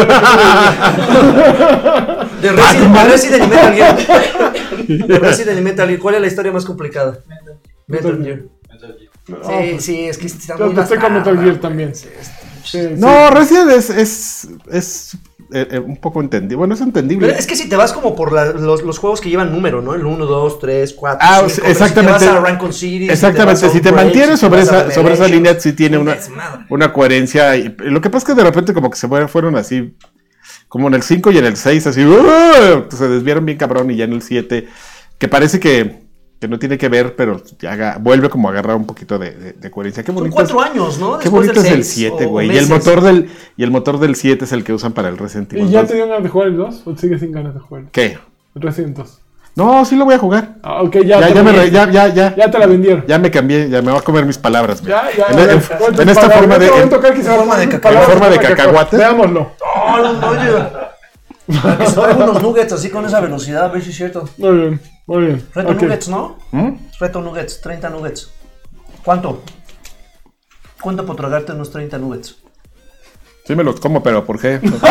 De Resident y Metal Gear. De Resident y Metal Gear. ¿Cuál es la historia más complicada? Metal Gear. Sí, es que está muy estoy con Metal Gear también. No, Resident es un poco entendible. Bueno, es entendible. Pero es que si te vas como por los juegos que llevan número, ¿no? El 1, 2, 3, 4, 5. Exactamente. Si te vas a Raccoon City. Exactamente. Si te mantienes sobre esa línea, sí tiene una coherencia. Y lo que pasa es que de repente como que se fueron así, como en el 5 y en el 6, así, se desviaron bien cabrón. Y ya en el 7, que parece que no tiene que ver, pero ya vuelve como a agarrar un poquito de coherencia. Qué bonito. Son 4 años, ¿no? Qué bonito es el 7, güey. Y el motor del 7 es el que usan para el Resident Evil. ¿Y ya te dio ganas de jugar el 2? ¿O sigues sin ganas de jugar? ¿Qué? El Resident 2. No, sí lo voy a jugar. Ah, ok, ya te la vendieron. Ya me cambié, ya me voy a comer mis palabras, güey. En esta forma de forma de cacahuate. Veámoslo. Oye. Para que se traigan unos nuggets así con esa velocidad, a ver si es cierto. Muy bien. Reto nuggets, ¿no? Reto nuggets, 30 nuggets. ¿Cuánto por tragarte unos 30 nuggets? Sí me los como, pero ¿por qué?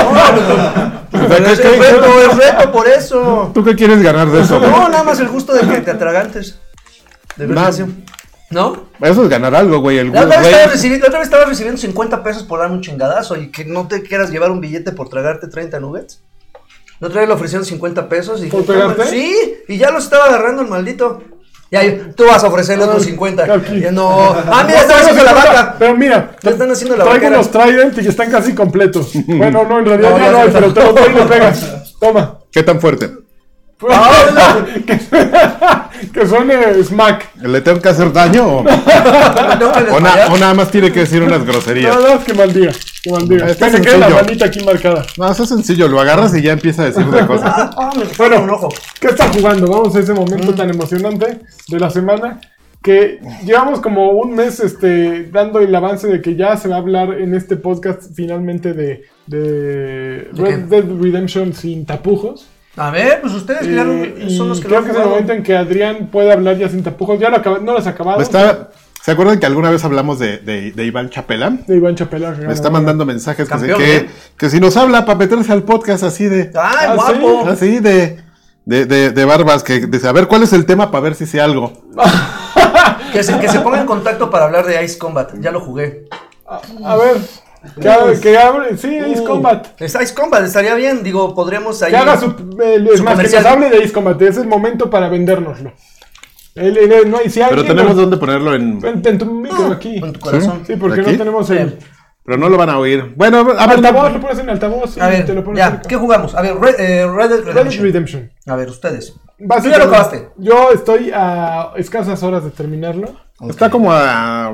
Es reto por eso. ¿Tú qué quieres ganar de eso? No, nada más el gusto de que te atragantes. De verdad. ¿No? Eso es ganar algo, güey. La otra vez estaba recibiendo 50 pesos por darme un chingadazo y que no te quieras llevar un billete por tragarte 30 nuggets. La otra vez le ofrecieron 50 pesos y... ¿Por pegarte? Sí, y ya lo estaba agarrando el maldito. Y ahí, tú vas a ofrecerle otros 50. Ya no. Mira, están haciendo la vaca. Pero mira, ya están haciendo la vaca. Traigo unos Trident y están casi completos. Bueno, no, en realidad no hay, pero te lo doy y lo pegas. Toma. ¿Qué tan fuerte? Que suene smack. ¿Le tengo que hacer daño o nada más tiene que decir unas groserías? No, que maldiga. Que se quede la manita aquí marcada. No, eso es sencillo, lo agarras y ya empieza a decir de cosas. Bueno, un ojo. ¿Qué está jugando? Vamos a ese momento tan emocionante de la semana. Que llevamos como un mes dando el avance de que ya se va a hablar en este podcast finalmente de Red Dead Redemption sin tapujos. A ver, pues ustedes son los que creo que es el momento en que Adrián puede hablar ya sin tapujos. Ya no lo has acabado. ¿Se acuerdan que alguna vez hablamos de Iván Chapela? De Iván Chapela. Me está mandando mensajes que si nos habla para meterse al podcast así de... ¡Ay, guapo! ¿sí? Así de barbas, que dice, a ver, ¿cuál es el tema para ver si sé algo? Que se ponga en contacto para hablar de Ice Combat. Ya lo jugué. A ver... Que abre, sí, Ace Combat. Ace Combat, estaría bien, digo, podríamos ahí... Que haga es más, que nos hable de Ace Combat, es el momento para vendérnoslo. No hay, si pero tenemos donde ponerlo en tu micro aquí. En tu corazón. Sí, porque no tenemos el... Pero no lo van a oír. Bueno, a ver, altavoz, lo pones en altavoz. A ver, te lo pones ya, ¿qué jugamos? A ver, Red Dead Redemption. A ver, ustedes. ¿Tú ya lo acabaste? Yo estoy a escasas horas de terminarlo. Okay. Está como a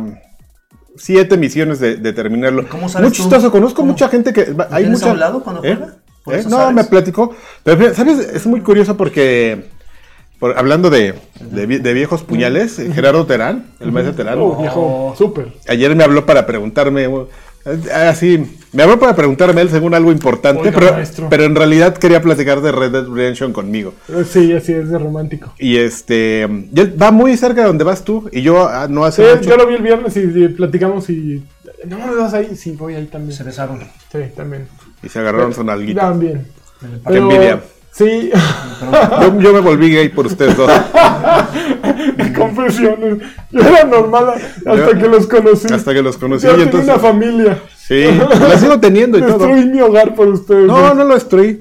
7 misiones de terminarlo. ¿Cómo sabes muy chistoso, conozco mucha gente que... Hay mucha... hablado cuando juega? No, sabes. Me platicó. Pero, ¿sabes? Es muy curioso porque... hablando de viejos puñales, Gerardo Terán, el maestro Terán. Viejo, súper. Ayer me habló para preguntarme... me habló para preguntarme él según algo importante. Oiga, pero en realidad quería platicar de Red Dead Redemption conmigo. Sí, así es de romántico. Y él va muy cerca de donde vas tú. Y yo no hace mucho. Yo lo vi el viernes y platicamos y... ¿No me vas ahí? Sí, voy ahí también. Se besaron. Sí, también. Y se agarraron su nalguita. También. Qué envidia. Sí. Yo me volví gay por ustedes dos. Confesiones. Yo era normal hasta que los conocí. Yo tenía una familia. Sí, la sigo teniendo y todo. Destruí mi hogar por ustedes. No lo destruí.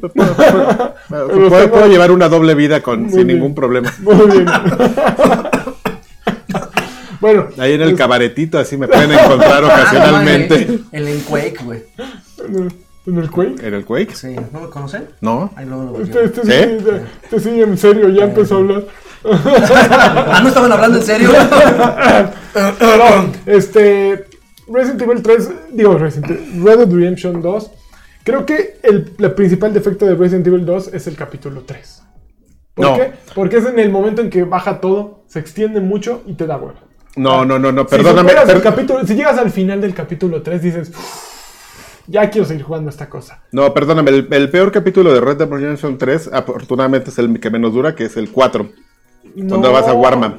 Puedo llevar una doble vida sin ningún problema. Muy bien. Bueno. Ahí en el cabaretito, así me pueden encontrar ocasionalmente. El en Quake, güey. ¿En el Quake? ¿En el Quake? Sí, ¿no me conocen? No. Ahí luego lo Este sí, en serio, ya empezó a hablar. ¿no estaban hablando en serio? Resident Evil 3, Red Dead Redemption 2. Creo que el principal defecto de Resident Evil 2 es el capítulo 3. ¿Por qué? Porque es en el momento en que baja todo, se extiende mucho y te da hueva. No, perdóname. Si llegas al final del capítulo 3, dices, ya quiero seguir jugando esta cosa. No, perdóname, el peor capítulo de Red Dead Redemption 3, afortunadamente es el que menos dura, que es el 4. Cuando vas a Warman.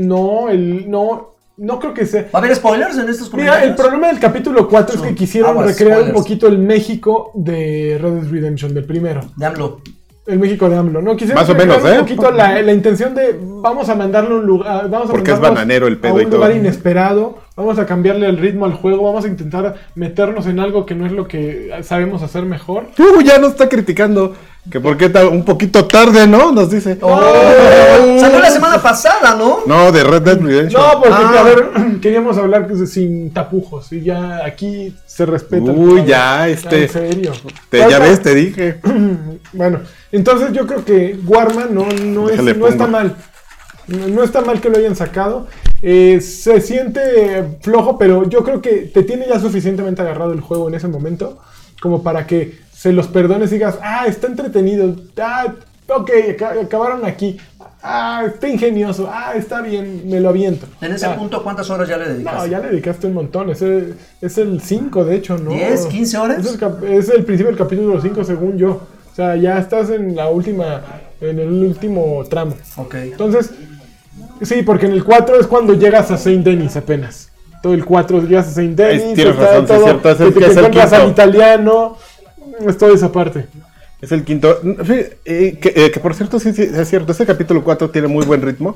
No creo que sea. ¿Va a haber spoilers en estos comentarios? Mira, el problema del capítulo 4 es que quisieron recrear un poquito el México de Red Dead Redemption, del primero. De AMLO. El México de AMLO, ¿no? Quisieron más o menos, un poquito la intención de vamos a mandarle un lugar, porque es bananero el pedo a un y todo. lugar inesperado, vamos a cambiarle el ritmo al juego, vamos a intentar meternos en algo que no es lo que sabemos hacer mejor. Ya nos está criticando que por qué está un poquito tarde, ¿no? Nos dice. Salió la semana pasada, ¿no? No, de Red Dead Redemption. No, porque a ver, queríamos hablar sin tapujos y ya aquí se respeta. Ya, en serio. Ya ves, te dije. Bueno, entonces yo creo que Warman no está mal. No está mal que lo hayan sacado. Se siente flojo, pero yo creo que te tiene ya suficientemente agarrado el juego en ese momento como para que se los perdones y digas, está entretenido, ok, acabaron aquí, está ingenioso, está bien, me lo aviento. En ese punto, ¿cuántas horas ya le dedicaste? No, ya le dedicaste un montón, es el 5 de hecho, ¿no? ¿10, 15 horas? Es el principio del capítulo 5 según yo. O sea, ya estás en el último tramo. Ok. Entonces, sí, porque en el 4 es cuando llegas a Saint Denis apenas. Todo el 4 llegas a Saint Denis. Tienes razón, todo, es cierto, es el te que es el encuentras al quinto. Italiano, es toda esa parte. Es el quinto. Que por cierto, sí, es cierto, ese capítulo 4 tiene muy buen ritmo.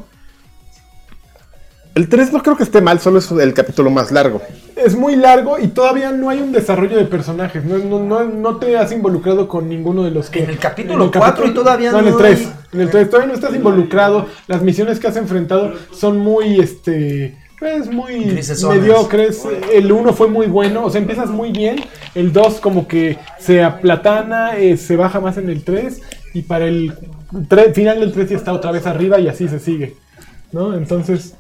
El 3 no creo que esté mal, solo es el capítulo más largo. Es muy largo y todavía no hay un desarrollo de personajes. No te has involucrado con ninguno de los que... En el capítulo 4 y todavía no... en el 3. En el 3 todavía no estás involucrado. Las misiones que has enfrentado son muy, pues muy grisesonas, mediocres. El 1 fue muy bueno, o sea, empiezas muy bien. El 2 como que se aplatana, se baja más en el 3. Y para el final del 3 ya está otra vez arriba y así se sigue, ¿no? Entonces...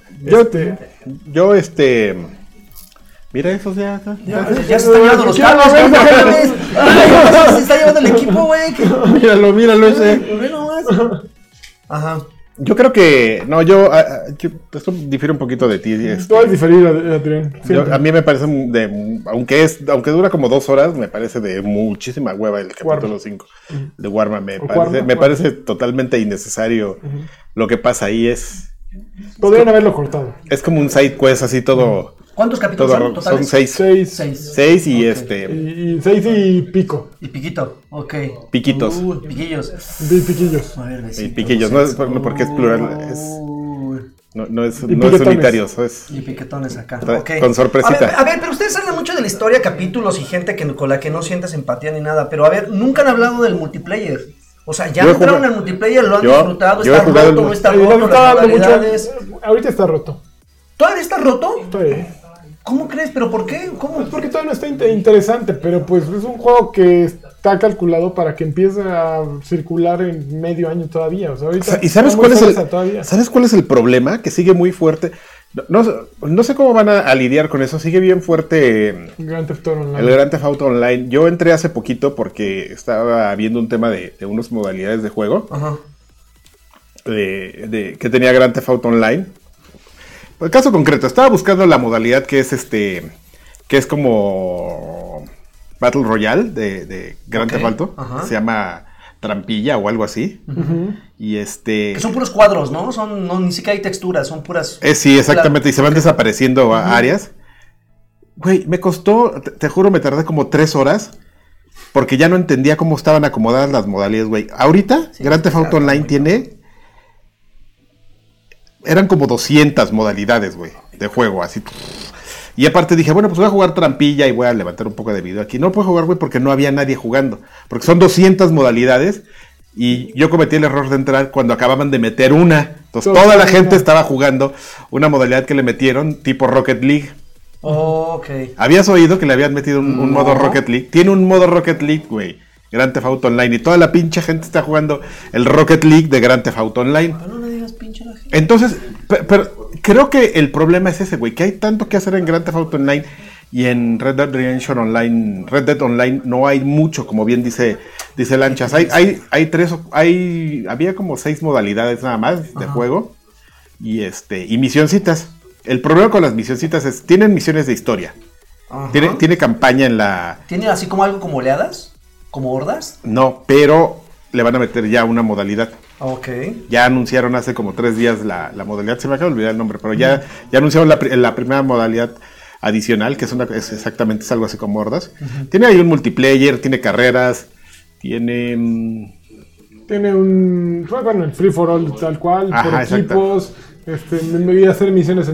Mira eso, ya se están llevando los carros, güey. Se está llevando el equipo, güey. Míralo ese. Ajá. Yo creo que... No, esto difiere un poquito de ti. Todo es diferir, Adrián. A mí me parece aunque dura como 2 horas, me parece de muchísima hueva el capítulo 5 de Warman. Me parece totalmente innecesario. Lo que pasa ahí podrían haberlo cortado. Es como un side quest así todo. ¿Cuántos capítulos son totales? Son 6. 6 y Y 6 y pico. Y piquito, ok. Piquitos. Piquillos. A ver, Y piquillos, no porque es plural. No es unitarios. Y piquetones acá. Okay. Con sorpresita. A ver, pero ustedes hablan mucho de la historia, capítulos y gente con la que no sientes empatía ni nada. Pero a ver, nunca han hablado del multiplayer. O sea, ya entraron al multiplayer, lo han disfrutado, está roto, no está roto, las modalidades. Ahorita está roto. ¿Todavía está roto? Sí. ¿Cómo crees? ¿Pero por qué? ¿Cómo? Pues porque todavía no está interesante, pero pues es un juego que está calculado para que empiece a circular en medio año todavía. O sea, ahorita ¿y sabes cuál es el problema? Que sigue muy fuerte. No sé cómo van a lidiar con eso. Sigue bien fuerte el Grand Theft Auto Online. Yo entré hace poquito porque estaba viendo un tema de unas modalidades de juego. Ajá. Que tenía Grand Theft Auto Online. El caso concreto, estaba buscando la modalidad que es como Battle Royale de Grand Theft Auto. Se llama Trampilla o algo así. Y que son puros cuadros, ¿no? Ni siquiera hay texturas, son puras... sí, exactamente, y se van desapareciendo áreas. Güey, me costó, te juro, me tardé como 3 horas porque ya no entendía cómo estaban acomodadas las modalidades, güey. Ahorita, Grand Theft Auto Online eran como 200 modalidades, güey, de juego, así. Y aparte dije, bueno, pues voy a jugar trampilla y voy a levantar un poco de video aquí. No puedo jugar, güey, porque no había nadie jugando. Porque son 200 modalidades Y yo cometí el error de entrar cuando acababan de meter una. Entonces Todo toda la una. gente estaba jugando una modalidad que le metieron tipo Rocket League. Ok. ¿Habías oído que le habían metido un modo Rocket League? Tiene un modo Rocket League, güey. Grand Theft Auto Online. Y toda la pinche gente está jugando el Rocket League de Grand Theft Auto Online. Pero no le digas pinche a la gente. Entonces, pero creo que el problema es ese, güey. Que hay tanto que hacer en Grand Theft Auto Online y en Red Dead Redemption Online. Red Dead Online no hay mucho, como bien dice Lanchas. Había como 6 modalidades nada más de juego. Y misioncitas. El problema con las misioncitas es, tienen misiones de historia. Ajá. Tiene campaña en la... ¿Tiene así como algo como oleadas? ¿Como hordas? No, pero le van a meter ya una modalidad. Ok. Ya anunciaron hace como 3 días la modalidad, se me acaba de olvidar el nombre, pero ya anunciaron la primera modalidad adicional, que es exactamente algo así como hordas. Tiene ahí un multiplayer, tiene carreras, tiene un... Bueno, el free for all tal cual, Ajá, por exacto. equipos. Me voy a hacer misiones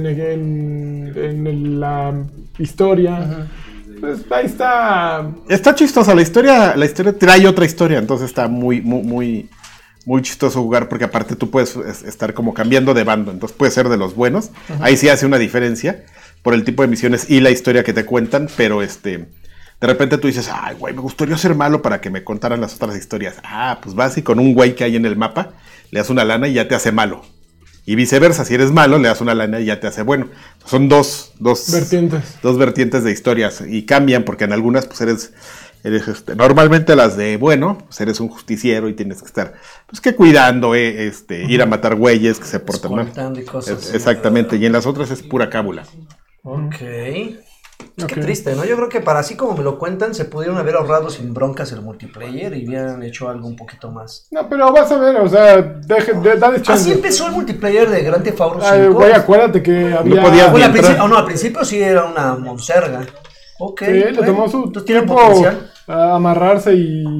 en la historia. Pues ahí está. Está chistosa la historia trae otra historia, entonces está muy, muy, muy, muy chistoso jugar, porque aparte tú puedes estar como cambiando de bando, entonces puedes ser de los buenos. Ahí sí hace una diferencia por el tipo de misiones y la historia que te cuentan, pero de repente tú dices, ay, güey, me gustaría ser malo para que me contaran las otras historias. Ah, pues vas y con un güey que hay en el mapa, le das una lana y ya te hace malo. Y viceversa, si eres malo, le das una lana y ya te hace bueno. Son dos Vertientes. Dos vertientes de historias y cambian porque en algunas pues eres normalmente las de bueno, pues eres un justiciero y tienes que estar pues que cuidando, ir a matar güeyes que se portan mal. Escoltando y cosas. Exactamente, y en las otras es pura cábula. Ok. Ok. Qué triste, ¿no? Yo creo que para así como me lo cuentan, se pudieron haber ahorrado sin broncas el multiplayer y hubieran hecho algo un poquito más. No, pero vas a ver, o sea, dale chance. Así empezó el multiplayer de Grand Theft Auto 5. Ay, güey, acuérdate que había... podías Bueno, Mientras- al principio sí era una monserga. Ok. Sí, le bueno, tomó su entonces tiene tiempo potencial. a amarrarse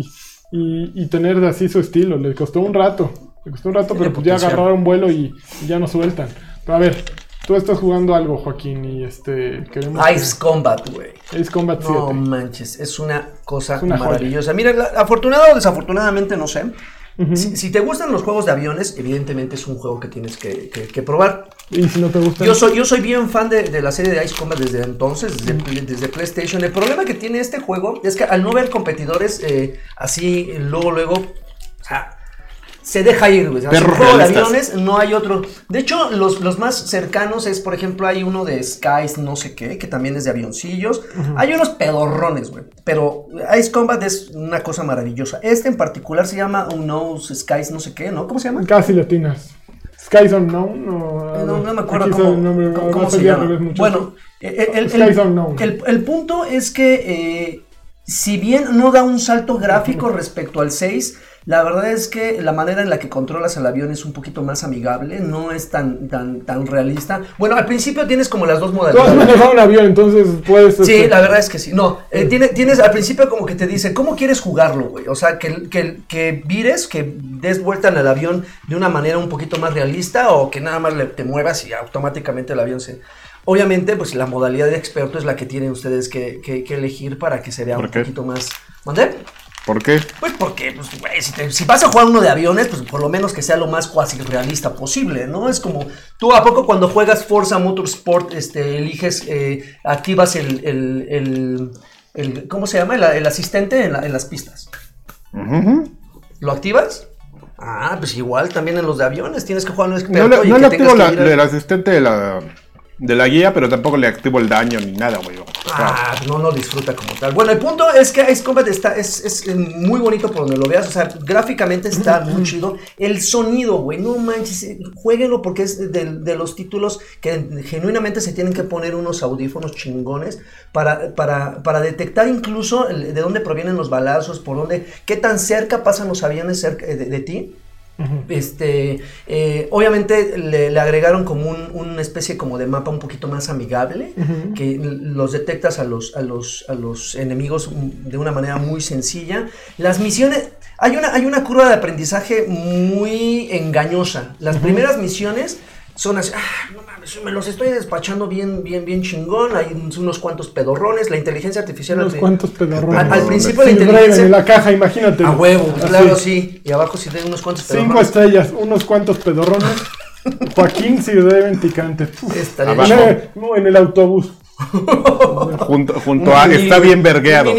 y tener así su estilo. Le costó un rato. Tiene Pero pues ya potencial. agarraron vuelo y ya no sueltan. Pero a ver, tú estás jugando algo, Joaquín, y queremos... Ice Combat, güey. Ace Combat 7. No manches, es una cosa Es una joya. maravillosa. Mira, afortunado o desafortunadamente, no sé. Si te gustan los juegos de aviones, evidentemente es un juego que tienes que probar. Y si no te gusta... Yo soy bien fan de la serie de Ice Combat desde entonces, desde PlayStation. El problema que tiene este juego es que al no ver competidores así, luego, o sea, se deja ir, güey. O sea, es un Perros juego de realistas. aviones, no hay otro. De hecho, los más cercanos es, por ejemplo, hay uno de Skies, no sé qué, que también es de avioncillos. Hay unos pedorrones, güey. Pero Ice Combat es una cosa maravillosa. Este en particular se llama Unknown Skies, no sé qué, ¿no? ¿Cómo se llama? Casi latinas. Skies Unknown o... No me acuerdo aquí sale el nombre, cómo va a se salir al llama. revés, muchacho. Bueno, Skies Unknown. el punto es que si bien no da un salto gráfico respecto al 6, la verdad es que la manera en la que controlas el avión es un poquito más amigable, no es tan realista. Bueno, al principio tienes como las dos Tú has modalidades. manejado un avión, entonces puedes... Sí, la verdad es que sí. No, tienes al principio como que te dice, ¿cómo quieres jugarlo, güey? O sea, que vires, que des vuelta en el avión de una manera un poquito más realista o que nada más te muevas y automáticamente el avión se... Obviamente, pues la modalidad de experto es la que tienen ustedes que elegir para que se vea ¿Por un qué? poquito más... ¿Mandé? ¿Por qué? Pues porque, pues, güey, si vas a jugar uno de aviones, pues por lo menos que sea lo más cuasi realista posible, ¿no? Es como, tú a poco cuando juegas Forza Motorsport, eliges, activas el ¿cómo se llama? El asistente en las pistas. ¿Lo activas? Ah, pues igual también en los de aviones tienes que jugar un experto. No y le que activo tengas que ir el asistente de la guía, pero tampoco le activo el daño ni nada, güey. O sea, no lo disfruta como tal. Bueno, el punto es que Ice Combat es muy bonito por donde lo veas. O sea, gráficamente está muy chido. El sonido, güey, no manches, jueguenlo porque es de los títulos que genuinamente se tienen que poner unos audífonos chingones para detectar incluso de dónde provienen los balazos, por dónde, qué tan cerca pasan los aviones cerca de ti. Obviamente le agregaron como una especie como de mapa un poquito más amigable, que los detectas a los enemigos de una manera muy sencilla. Las misiones, hay una curva de aprendizaje muy engañosa. Las primeras misiones son así, no mames, me los estoy despachando bien chingón, hay unos cuantos pedorrones, la inteligencia artificial... Unos cuantos pedorrones. Al principio la Sin inteligencia... Raven en la caja, imagínate. A huevo, claro, sí, y abajo sí de unos cuantos 5 estrellas, unos cuantos pedorrones. Joaquín Sir Raven Ticante. En el autobús. Junto a... Está bien vergueado.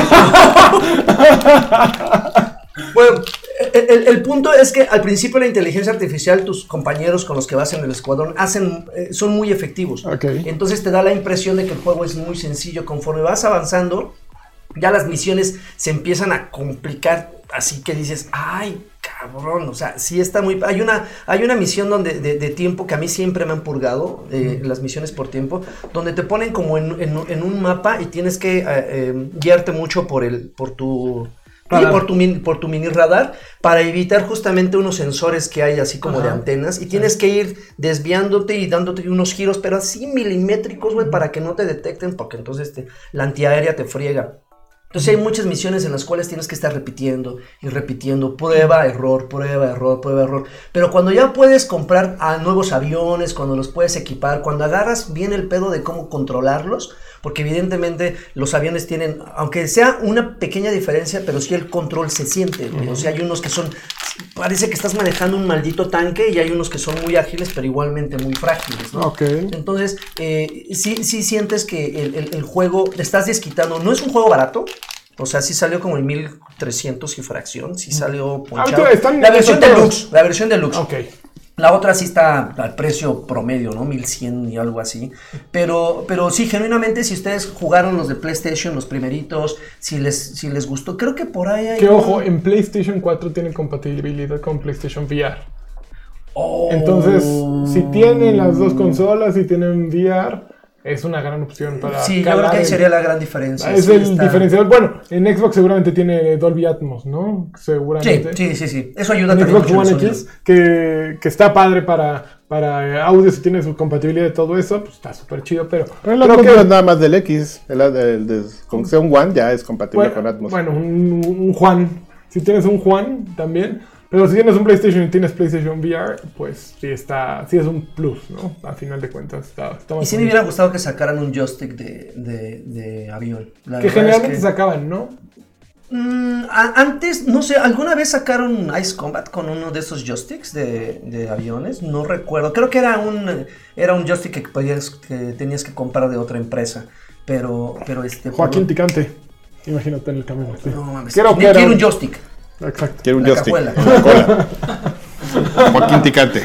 Bueno, el punto es que al principio la inteligencia artificial, tus compañeros con los que vas en el escuadrón son muy efectivos. Okay. Entonces te da la impresión de que el juego es muy sencillo. Conforme vas avanzando, ya las misiones se empiezan a complicar, así que dices, ay, cabrón, o sea, sí está muy... Hay una misión de tiempo que a mí siempre me han purgado, las misiones por tiempo, donde te ponen como en un mapa y tienes que guiarte mucho por tu mini radar para evitar justamente unos sensores que hay así como de antenas y tienes que ir desviándote y dándote unos giros, pero así milimétricos, güey, para que no te detecten, porque entonces la antiaérea te friega. Entonces hay muchas misiones en las cuales tienes que estar repitiendo y repitiendo, prueba, error. Pero cuando ya puedes comprar nuevos aviones, cuando los puedes equipar, cuando agarras bien el pedo de cómo controlarlos, porque evidentemente los aviones tienen, aunque sea una pequeña diferencia, pero sí el control se siente, güey. O sea, hay unos que parece que estás manejando un maldito tanque y hay unos que son muy ágiles, pero igualmente muy frágiles, ¿no? Okay. Entonces, sí sientes que el juego, te estás desquitando, no es un juego barato. O sea, sí salió como en 1300 y fracción, sí salió ponchado. La versión deluxe. Ok. La otra sí está al precio promedio, ¿no? 1100 y algo así. Pero sí, genuinamente, si ustedes jugaron los de PlayStation, los primeritos, si les gustó, creo que por ahí hay... Que ojo, en PlayStation 4 tiene compatibilidad con PlayStation VR. Entonces, si tienen las dos consolas y tienen VR, es una gran opción para... Sí, yo creo que ahí sería la gran diferencia. Es el diferenciador. Bueno, en Xbox seguramente tiene Dolby Atmos, ¿no? Seguramente. Sí. Eso ayuda en también Xbox One X, que está padre para audio, si tiene su compatibilidad de todo eso, pues está súper chido, pero la Atmos no es nada más del X, con que sea un One ya es compatible con Atmos. Bueno, un Juan, si tienes un Juan también, pero si tienes un PlayStation y tienes PlayStation VR, pues sí es un plus, ¿no? A final de cuentas está y sí me hubiera gustado que sacaran un joystick de avión. Que generalmente sacaban, ¿no? Antes, no sé, ¿alguna vez sacaron Ice Combat con uno de esos joysticks de aviones? No recuerdo. Creo que era un joystick que tenías que comprar de otra empresa. Pero Joaquín Ticante. Imagínate en el camino. Sí. No mames. Quiero un joystick. Exacto. Quiero un joystick. Cajuela. Joaquín Ticante.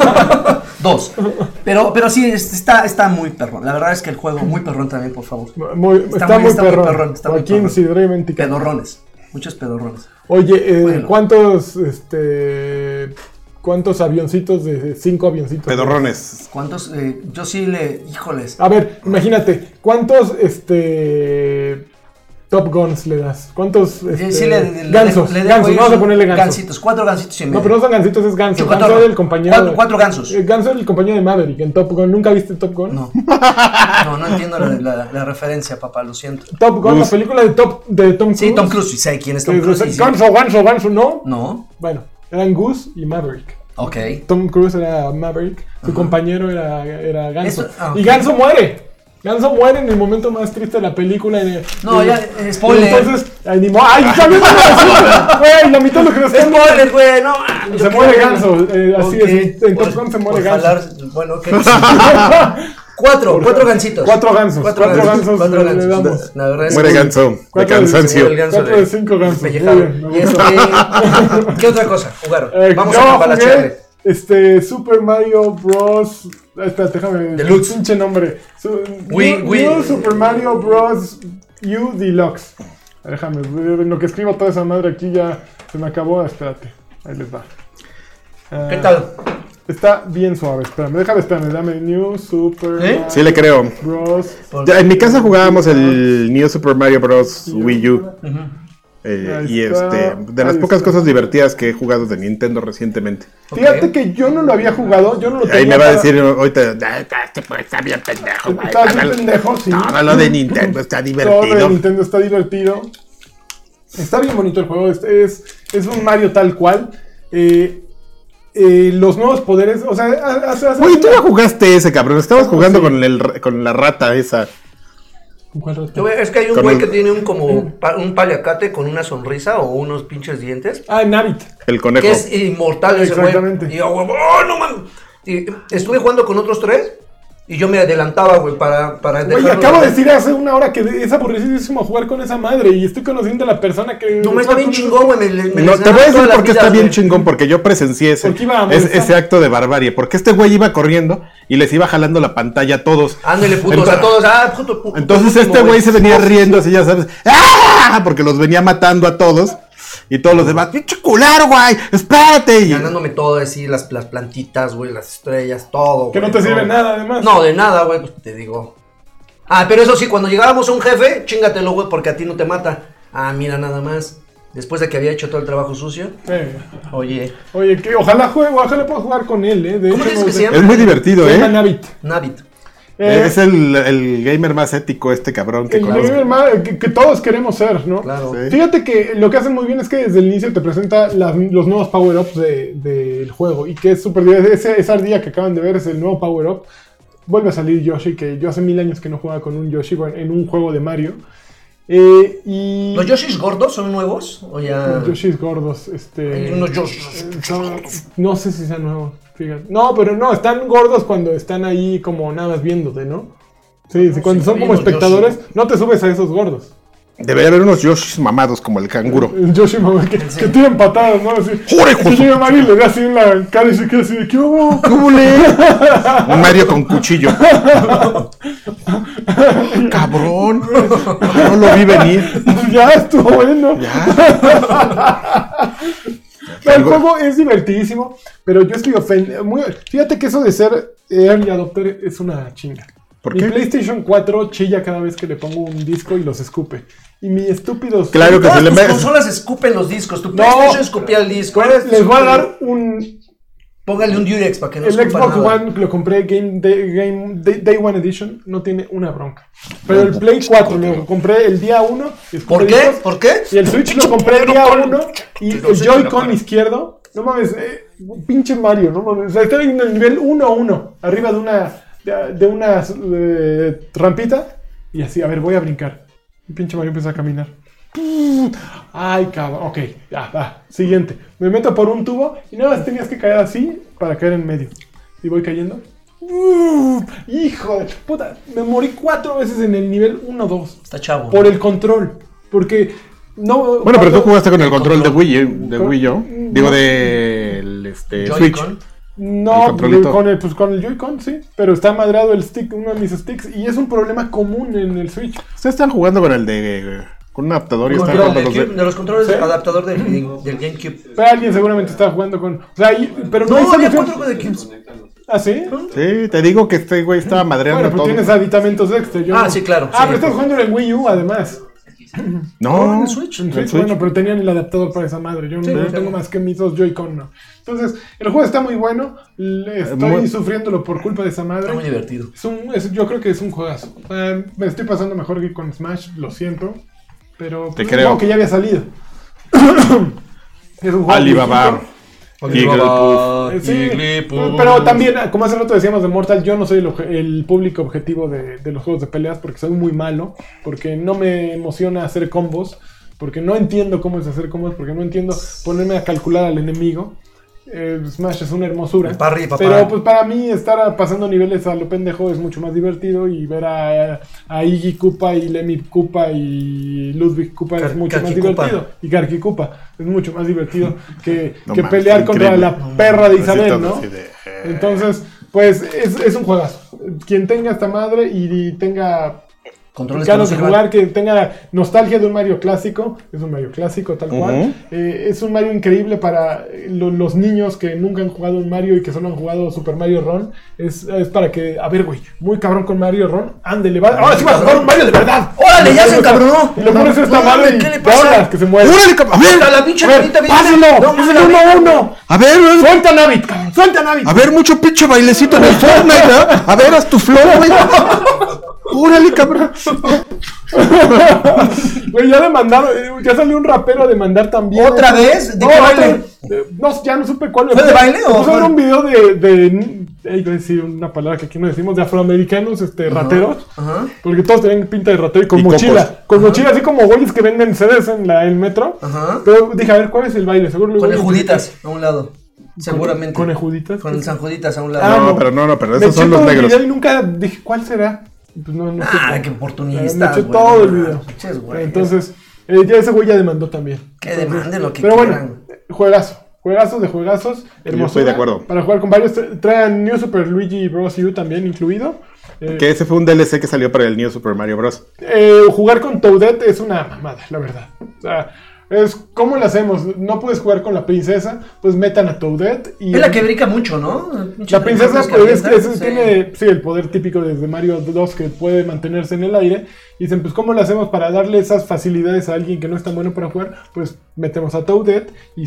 2. Pero sí, está muy perrón. La verdad es que el juego muy perrón también, por favor. Está muy perrón. Joaquín Sidrey Ticante. Pedorrones. Muchos pedorrones. Oye, bueno. ¿Cuántos avioncitos de 5 avioncitos? Pedorrones. ¿Cuántos? Yo sí híjoles. A ver, imagínate, ¿cuántos Top Guns le das? ¿Cuántos gansos? Vamos a ponerle gansos. Gansitos, 4 gansitos y medio. No, pero no son gansitos, es ganso. Ganso del compañero. 4 gansos. Ganso del compañero de Maverick en Top Gun. ¿Nunca viste Top Gun? No. No entiendo la referencia, papá, lo siento. Top Gun, la película de Tom Cruise. Sí, Tom Cruise, sí sé quién es Tom Cruise. Ganso, ¿no? No. Bueno, eran Goose y Maverick. Ok. Tom Cruise era Maverick, su compañero era Ganso. Okay. Y Ganso muere. Ganso muere en el momento más triste de la película. Spoiler. Entonces, animó. ¡Ay, también me lo güey! La mitad de lo que nos están... Spoiler, güey, no. Se muere Ganso. Así es. En Top Gun se muere Ganso. Bueno, ok. 4 gansitos. 4 gansos. 4 gansos. Le damos. La verdad es muere Ganso. De cansancio. 4 de 5 gansos. ¿Qué otra cosa jugaron? Vamos a acabar la charla. Super Mario Bros. Espérate, déjame. Deluxe. Pinche nombre. New Super Mario Bros. U Deluxe. Déjame. En lo que escribo toda esa madre aquí ya se me acabó. Espérate. Ahí les va. ¿Qué tal? Está bien suave. Espérame, dame New Super Mario sí le creo. Bros. En mi casa jugábamos el New Super Mario Bros. Wii U. De las pocas cosas divertidas que he jugado de Nintendo recientemente. Fíjate que yo no lo había jugado, yo no lo tenía. Ahí me va a decir ahorita, está bien pendejo, güey. Está bien pendejo, sí. Todo lo de Nintendo está divertido. Todo lo de Nintendo está divertido. Está bien bonito el juego, es un Mario tal cual. los nuevos poderes, o sea, Oye, tú ya jugaste ese, cabrón. Estabas jugando con la rata esa. Es que hay un güey que tiene un paliacate con una sonrisa o unos pinches dientes. Navit. El conejo. Que es inmortal ese güey. Exactamente. Y yo, ¡oh, no mames! Y estuve jugando con otros 3 y yo me adelantaba, güey, para Güey, acabo de decir hace una hora que es aburridísimo jugar con esa madre y estoy conociendo a la persona que... No, me está bien chingón, güey. No, te voy a decir por qué está bien chingón, porque yo presencié ese acto de barbarie. Porque este güey iba corriendo y les iba jalando la pantalla a todos. Ándale, putos, a todos. Puto, entonces este güey se venía riendo así, ya sabes. ¡Ah! Porque los venía matando a todos. Y todos los demás, ¡pinche culero, güey! ¡Espérate! Y ganándome todo, así, las plantitas, güey, las estrellas, todo. Que no te sirve nada, además. No, de nada, güey, pues te digo. Pero eso sí, cuando llegábamos a un jefe, chingatelo, güey, porque a ti no te mata. Mira, nada más. Después de que había hecho todo el trabajo sucio. Oye, que ojalá pueda jugar con él, De ¿cómo hecho, dices que se llama? Es muy divertido, Se llama Navit. Es el gamer más ético cabrón que conozco. El gamer que todos queremos ser, ¿no? Claro. Sí. Fíjate que lo que hacen muy bien es que desde el inicio te presenta los nuevos power-ups del juego. Y que es súper divertido. Esa ardilla que acaban de ver es el nuevo power-up. Vuelve a salir Yoshi, que yo hace 1000 años que no jugaba con un Yoshi en un juego de Mario. ¿Los Yoshis gordos son nuevos? ¿O ya...? Yoshis gordos, Hay unos Yoshis. no sé si sean nuevos, fíjate. No, pero no, están gordos cuando están ahí como nada más viéndote, ¿no? Sí, cuando son como espectadores, no te subes a esos gordos. Debería haber unos Yoshis mamados como el canguro. El Yoshi mamá, que tiran patadas, ¿no? Así, ¡Jure, hijo! que llega Mario y le da así en la cara y se queda así de ¿qué hubo? ¿Cómo le? Un Mario con cuchillo. Cabrón. No lo vi venir. Ya estuvo bueno. Ya. El juego es divertidísimo, pero yo estoy ofendido. Fíjate que eso de ser early adopter es una chinga. ¿Por Mi qué? PlayStation 4 chilla cada vez que le pongo un disco y los escupe. Y mi estúpido... Claro que Todas se le tus mete. consolas escupen los discos. Tu PlayStation escupía el disco. Les voy a dar un... Póngale un Durex para que no El escupa Xbox nada. One lo compré Day One Edition, no tiene una bronca. Pero el Play 4 lo compré el día 1. ¿Por qué? ¿Por qué? Y el Switch lo compré el día 1. Y el Joy-Con izquierdo, no mames, pinche Mario, no mames. O sea, estoy en el nivel 1-1, arriba de una rampita. Y así, a ver, voy a brincar. Y pinche Mario empieza a caminar. Ay, cabrón. Ok, ya, va. Siguiente. Me meto por un tubo y nada más tenías que caer así para caer en medio. Y voy cayendo. Hijo de puta. Me morí 4 veces en el nivel 1-2. Está chavo. Por el control. Porque no. Bueno, pero tú jugaste con el control de Wii, de Wii U. Digo, No. del Switch. Joy-Con. No, el controlito. con el Joy-Con, sí. Pero está madreado el stick, uno de mis sticks. Y es un problema común en el Switch. Ustedes están jugando con el de... Con un adaptador y están Control jugando de los de... los controles ¿Sí? adaptador del GameCube. Pero alguien seguramente está jugando con. O sea, pero no, hay No, había solución. 4 de Cubes. ¿Ah, sí? Sí, te digo que este güey estaba madreando Bueno, pero todo. tienes aditamentos extra. Yo no. Sí, claro. Pero estás jugando en Wii U, además. No, en el Switch. En En Switch, Switch. bueno, pero tenían el adaptador para esa madre. Yo no claro. tengo más que mis 2 Joy-Con, no. Entonces, el juego está muy bueno. Estoy Muy- sufriéndolo por culpa de esa madre. Está muy divertido. Yo creo que es un juegazo. Me estoy pasando mejor que con Smash, lo siento. Pero Te pues, creo. es un juego que ya había salido. Es un juego Alibaba. viejito. Sí, pero también, como hace rato decíamos de Mortal, yo no soy el público objetivo de los juegos de peleas porque soy muy malo, porque no me emociona hacer combos, porque no entiendo cómo es hacer combos, porque no entiendo ponerme a calcular al enemigo. Smash es una hermosura. El parry, papá. Pero pues para mí estar pasando niveles a lo pendejo es mucho más divertido y ver a Iggy Koopa y Lemmy Koopa y Ludwig Koopa es mucho más Karki Koopa. divertido. Y Karki Koopa es mucho más divertido que No que mames, pelear está contra increíble. la perra de Así Isabel, todo, ¿no? así de, Entonces, pues es un juegazo. Quien tenga esta madre y tenga Controles que no ganas de sirvan. jugar, que tenga nostalgia de un Mario clásico, es un Mario clásico tal cual. Es un Mario increíble para los niños que nunca han jugado un Mario y que solo han jugado Super Mario Run. Es para que, a ver, güey, muy cabrón con Mario Run, ándele, va. Ahora sí vas a jugar un Mario de verdad. ¡Órale, ya se encabronó! Y le pones esta No, madre y ¿qué le pasa? bolas, que se mueve. ¡Órale, a ver! La pinche A ver, manita bien- pásalo, No, es el mames, 1-1. A ver, Suelta Navit, cabrón, suelta Navit. a ver, mucho pinche bailecito en el Fortnite, ¿eh? A ver, haz tu flow, güey. ¡Órale, cabrón! Güey, ya demandaron, ya salió un rapero a demandar también. ¿Otra vez? ¿De qué baile? No, ya no supe cuál. ¿Fue de baile o fue un video de iba a decir una palabra que aquí no decimos, de afroamericanos, rateros. Ajá. Porque todos tenían pinta de ratero y con Y mochila. cocos. Con mochila, así como güeyes que venden CDs en el metro. Ajá. Pero dije, a ver, ¿cuál es el baile? Seguro Con el Juditas a un lado. Seguramente. ¿Con el Juditas? Con el San Juditas a un lado. Ah, Pero Me esos eché son los todo el negros. video y nunca dije, ¿cuál será? Pues no sé. Qué oportunista. Me eché güey. todo el video. Pinches güeyes. Entonces, ya ese güey ya demandó también. Que demanden lo que Pero quieran. bueno, juegazos de juegazos. Hermosura. estoy de acuerdo. Para jugar con varios. Traen New Super Luigi Bros. U también incluido. Que ese fue un DLC que salió para el New Super Mario Bros. Jugar con Toadette es una mamada, la verdad. O sea, ¿cómo lo hacemos? No puedes jugar con la princesa, pues metan a Toadette. Y Es la que brinca mucho, ¿no? la princesa que pues, avienta, sí. tiene el poder típico desde Mario 2 que puede mantenerse en el aire. Y dicen, pues ¿cómo lo hacemos para darle esas facilidades a alguien que no es tan bueno para jugar? Pues metemos a Toadette y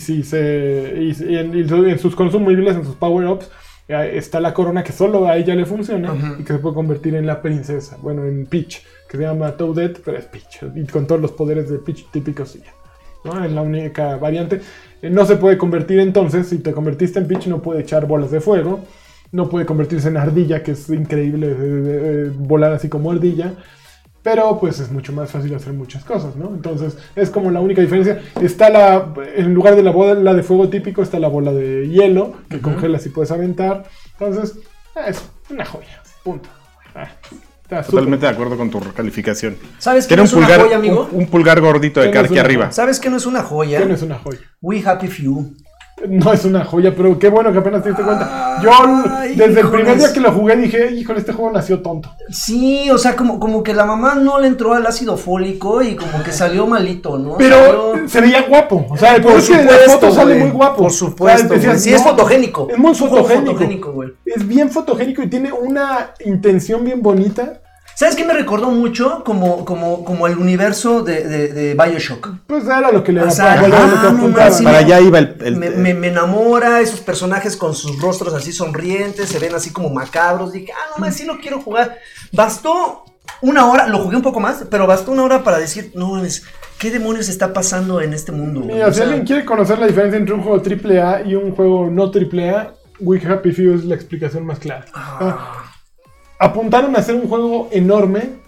en sus consumibles, en sus power-ups, está la corona que solo a ella le funciona. Ajá. Y que se puede convertir en la princesa. Bueno, en Peach, que se llama Toadette, pero es Peach. Y con todos los poderes de Peach típicos y ya. ¿No? Es la única variante. No se puede convertir entonces, si te convertiste en Peach no puede echar bolas de fuego, no puede convertirse en ardilla, que es increíble volar así como ardilla, pero pues es mucho más fácil hacer muchas cosas, ¿no? Entonces es como la única diferencia. Está en lugar de la bola de fuego típico, está la bola de hielo, que congelas y puedes aventar. Entonces, es una joya, punto. Totalmente de acuerdo con tu calificación. ¿Sabes qué Tiene no un es una pulgar, joya, amigo? un pulgar gordito de ¿Qué no es aquí una arriba. ¿Sabes qué no es una joya? ¿Qué no es una joya? We Happy Few. No es una joya, pero qué bueno que apenas te diste cuenta. Yo Ay, desde el primer híjoles. día que lo jugué dije, híjole, este juego nació tonto. Sí, o sea, como que la mamá no le entró al ácido fólico y como que salió malito, ¿no? Pero Salió- se veía guapo. O sea, Por es que en la supuesto, foto sale güey. muy guapo. Por supuesto, O sea, decías, güey. Sí, es fotogénico. Es muy Es un juego fotogénico. fotogénico, güey. Es bien fotogénico y tiene una intención bien bonita. ¿Sabes qué me recordó mucho? Como el universo de BioShock. Pues era lo que le O sea, era lo que no apuntaba. más, sí, Para allá iba Me enamora, esos personajes con sus rostros así sonrientes, se ven así como macabros. Dije, no más, sí lo quiero jugar. Bastó una hora, lo jugué un poco más, pero bastó una hora para decir, no mames, ¿qué demonios está pasando en este mundo? güey? Mira, O si sea, alguien quiere conocer la diferencia entre un juego AAA y un juego no AAA, We Happy Few es la explicación más clara. Apuntaron a hacer un juego enorme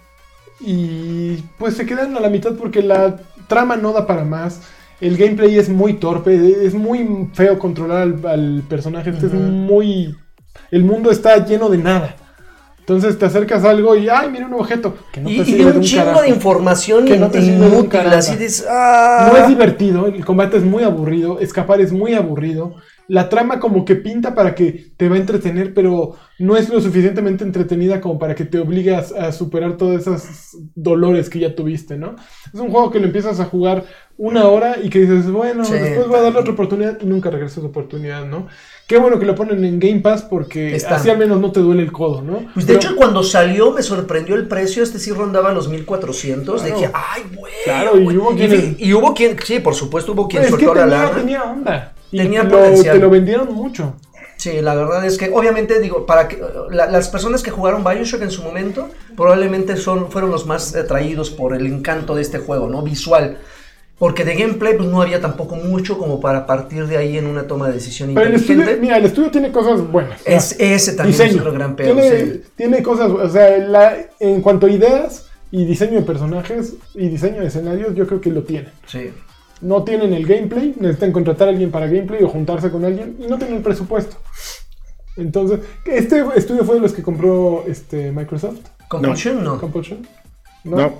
y pues se quedaron a la mitad porque la trama no da para más. El gameplay es muy torpe, es muy feo controlar al personaje. Es muy... El mundo está lleno de nada. Entonces te acercas a algo y ¡ay, mira un objeto! Que no te y sirve de de un chingo carajo. de información Que no te sirve de un inútil, carajo. así dices, No es divertido, el combate es muy aburrido, escapar es muy aburrido. La trama como que pinta para que te va a entretener, pero no es lo suficientemente entretenida como para que te obligue a superar todos esos dolores que ya tuviste, ¿no? Es un juego que lo empiezas a jugar una hora y que dices, bueno, Sí. después voy a darle otra oportunidad y nunca regresas a esa oportunidad, ¿no? Qué bueno que lo ponen en Game Pass porque Está. así al menos no te duele el codo, ¿no? Pues de Pero- hecho, cuando salió me sorprendió el precio. Sí rondaba los 1400. Claro. Dije, ¡ay, güey! Claro, y hubo quienes- Y hubo quien, sí, por supuesto, hubo quien es que soltó la lana. tenía onda. Y Tenía te potencial. lo vendieron mucho. Sí, la verdad es que, obviamente, digo, para que las personas que jugaron BioShock en su momento, probablemente fueron los más atraídos por el encanto de este juego, ¿no? Visual. Porque de gameplay, pues no había tampoco mucho como para partir de ahí en una toma de decisión Pero el inteligente. estudio, mira, el estudio tiene cosas buenas. Ese también es otro gran pedo. Sí. Tiene cosas, o sea, en cuanto a ideas y diseño de personajes y diseño de escenarios, yo creo que lo tienen. Sí. No tienen el gameplay, necesitan contratar a alguien para gameplay o juntarse con alguien y no tienen el presupuesto. Entonces, este estudio fue de los que compró Microsoft. Compulsion, no. Compulsion. No.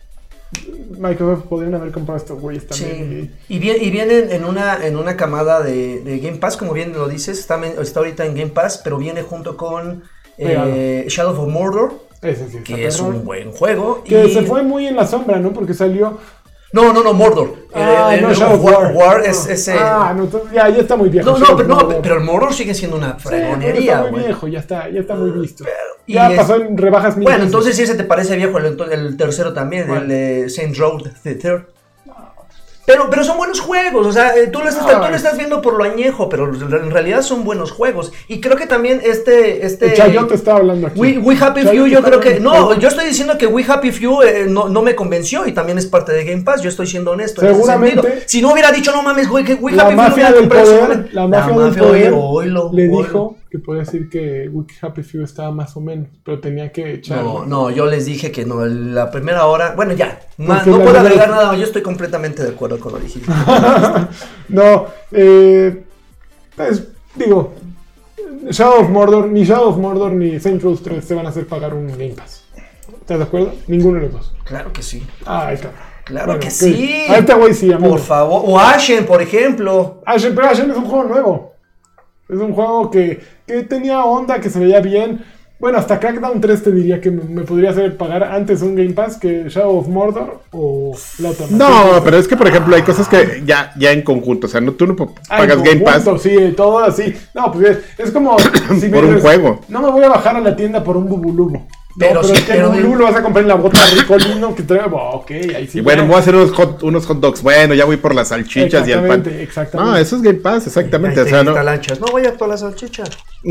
Microsoft podrían haber comprado estos güeyes también. Sí. Y vienen en una camada de Game Pass, como bien lo dices, está ahorita en Game Pass, pero viene junto con Shadow of Mordor, Ese sí, que está es perrón. un buen juego. Que se fue muy en la sombra, ¿no? Porque salió... No, Mordor. no, Shadow of War. War es ese... No, entonces ya está muy viejo. No, Shadow of War. pero el Mordor sigue siendo una Sí, fregonería, está muy güey. viejo, ya está muy visto. y Ya es- pasó en rebajas mil Bueno, veces. entonces si ese te parece viejo, el tercero también, ¿Cuál? el de Saint Road the Third. Pero son buenos juegos, o sea, tú lo estás viendo por lo añejo, pero en realidad son buenos juegos. Y creo que también Chayote está hablando aquí. We Happy Few, yo creo que... No, yo estoy diciendo que We Happy Few no me convenció y también es parte de Game Pass, yo estoy siendo honesto. Seguramente. Si no hubiera dicho, no mames, güey, que We La Happy mafia Few del poder, oílo, le dijo que puede decir que We Happy Few estaba más o menos, pero tenía que echar. No, yo les dije que no, la primera hora... Bueno, ya, no puedo agregar nada, yo estoy completamente de acuerdo con lo dijiste. No, pues digo, Shadow of Mordor ni Saints Row 3 se van a hacer pagar un Game Pass. ¿Estás de acuerdo? Ninguno de los dos. Claro que sí. Ay, cabrón. Claro bueno, que sí. A este güey sí, amigo. Por favor. O Ashen, por ejemplo. Pero Ashen es un juego nuevo. Es un juego que tenía onda, que se veía bien. Bueno, hasta Crackdown 3 te diría que me podría hacer pagar antes un Game Pass que Shadow of Mordor o la otra. No, pero es que, por ejemplo, hay cosas que ya en conjunto. O sea, tú no pagas Game Pass. Sí, todo así. No, pues es como... si por un juego. No me voy a bajar a la tienda por un Bubulubu. Pero sí, el Bubulubu lo vas a comprar en la bota Ricolino que trae... Ok, ahí sí. Y bueno, voy a hacer unos hot dogs. Bueno, ya voy por las salchichas y el pan. Exactamente. No, eso es Game Pass, exactamente. O sea, no voy a por las salchichas.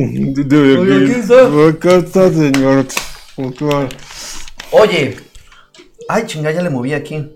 Acá está, señor. Oye. Ay, chinga, ya le moví aquí.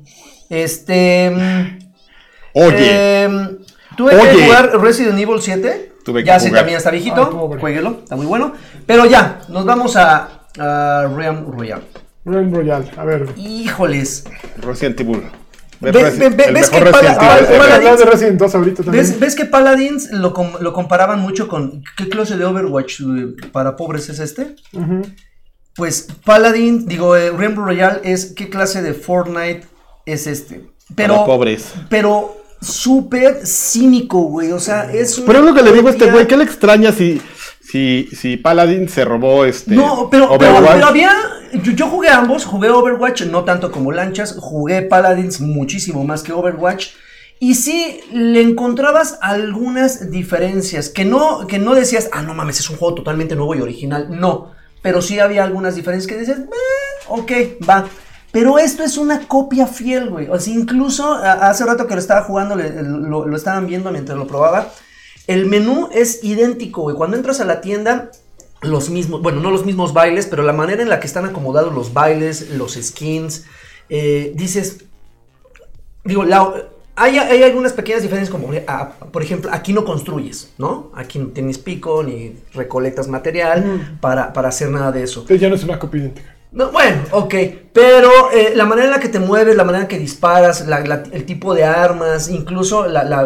Oye. Tuve que jugar Resident Evil 7. Ya sí, también está viejito. Jueguelo, está muy bueno. Pero ya, nos vamos a Realm Royale. Realm Royale, a ver. Híjoles. Resident Evil. ¿Ves que Resident 2 ahorita también? ¿Ves que Paladins lo comparaban mucho con qué clase de Overwatch para pobres es este? Uh-huh. Pues Paladin, Realm Royale es qué clase de Fortnite es este. Pero para pobres. Pero súper cínico, güey. O sea, es pero es lo que le digo a este güey, ¿qué le extraña si Paladin se robó No, pero había... Yo jugué ambos, jugué Overwatch, no tanto como Lanchas, jugué Paladins muchísimo más que Overwatch. Y sí, le encontrabas algunas diferencias, que no decías, no mames, es un juego totalmente nuevo y original, no. Pero sí había algunas diferencias que decías, ok, va. Pero esto es una copia fiel, güey. O sea, incluso hace rato que lo estaba jugando, lo estaban viendo mientras lo probaba. El menú es idéntico, güey. Cuando entras a la tienda, los mismos, bueno, no los mismos bailes, pero la manera en la que están acomodados los bailes, los skins, dices, hay algunas pequeñas diferencias como, por ejemplo, aquí no construyes, ¿no? Aquí no tienes pico ni recolectas material para hacer nada de eso. Entonces ya no es una copia idéntica. No, bueno, ok, pero la manera en la que te mueves, la manera en que disparas, el tipo de armas, incluso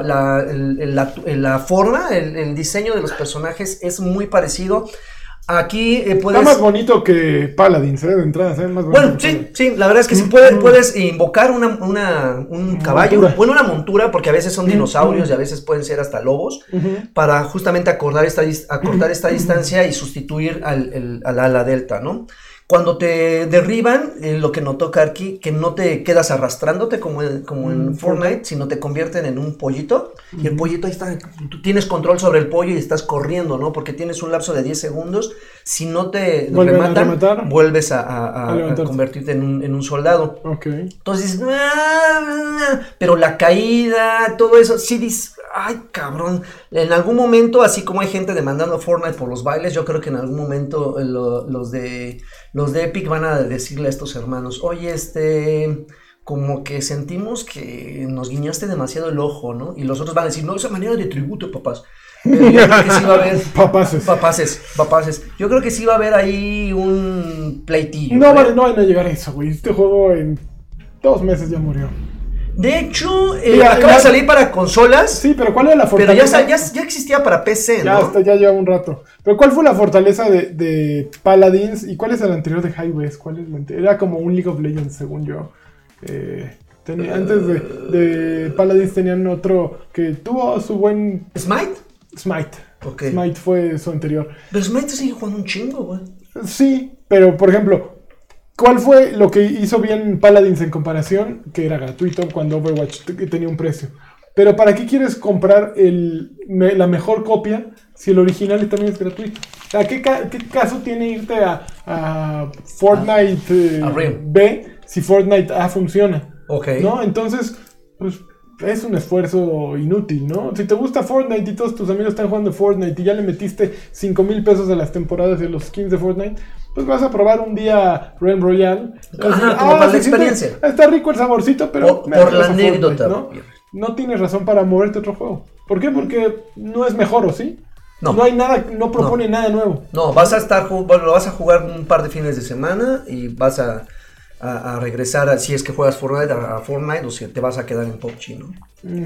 la forma, el diseño de los personajes es muy parecido. Aquí puedes... Está más bonito que Paladin, ¿eh? De entrada, ¿sabes? Más bonito. Bueno, sí, la verdad es que sí puedes invocar un caballo, una montura, porque a veces son dinosaurios y a veces pueden ser hasta lobos, para justamente acortar esta distancia y sustituir al ala delta, ¿no? Cuando te derriban, lo que notó Karki, que no te quedas arrastrándote como en Fortnite, sino te convierten en un pollito. Y el pollito ahí está, tú tienes control sobre el pollo y estás corriendo, ¿no? Porque tienes un lapso de 10 segundos. Si no te rematan, vuelves a convertirte en un soldado. Okay. Entonces, pero la caída, todo eso, sí dices, ay, cabrón. En algún momento, así como hay gente demandando a Fortnite por los bailes, yo creo que en algún momento los de Epic van a decirle a estos hermanos, oye, como que sentimos que nos guiñaste demasiado el ojo, ¿no? Y los otros van a decir, no, esa manera de tributo, papás. Pero yo creo que sí va a haber... Papaces. Yo creo que sí va a haber ahí un pleitillo. No van a llegar a eso, güey. Este juego en 2 meses ya murió. De hecho, acaba de salir para consolas. Sí, pero ¿cuál era la fortaleza? Pero ya existía para PC, ¿no? Ya lleva un rato. Pero ¿cuál fue la fortaleza de Paladins? ¿Y cuál es el anterior de Highways? ¿Cuál es el anterior? Era como un League of Legends, según yo. Antes de Paladins tenían otro que tuvo su buen... Smite. Okay. Smite fue su anterior. Pero Smite sigue jugando un chingo, güey. Sí, pero por ejemplo... ¿Cuál fue lo que hizo bien Paladins en comparación? Que era gratuito cuando Overwatch tenía un precio. Pero ¿para qué quieres comprar la mejor copia si el original también es gratuito? O sea, ¿qué caso tiene irte a Fortnite B si Fortnite A funciona? Ok. ¿No? Entonces, pues es un esfuerzo inútil, ¿no? Si te gusta Fortnite y todos tus amigos están jugando Fortnite y ya le metiste 5,000 pesos a las temporadas de los skins de Fortnite, pues vas a probar un día Realm Royale. Como para la experiencia. Está rico el saborcito, pero... Por la anécdota. Fortnite, ¿no? Tienes razón para moverte a otro juego. ¿Por qué? Porque no es mejor, ¿o sí? No. No hay nada, no propone nada nuevo. No, vas a jugar un par de fines de semana y vas a regresar, si es que juegas Fortnite, a Fortnite, o si te vas a quedar en PUBG, ¿no?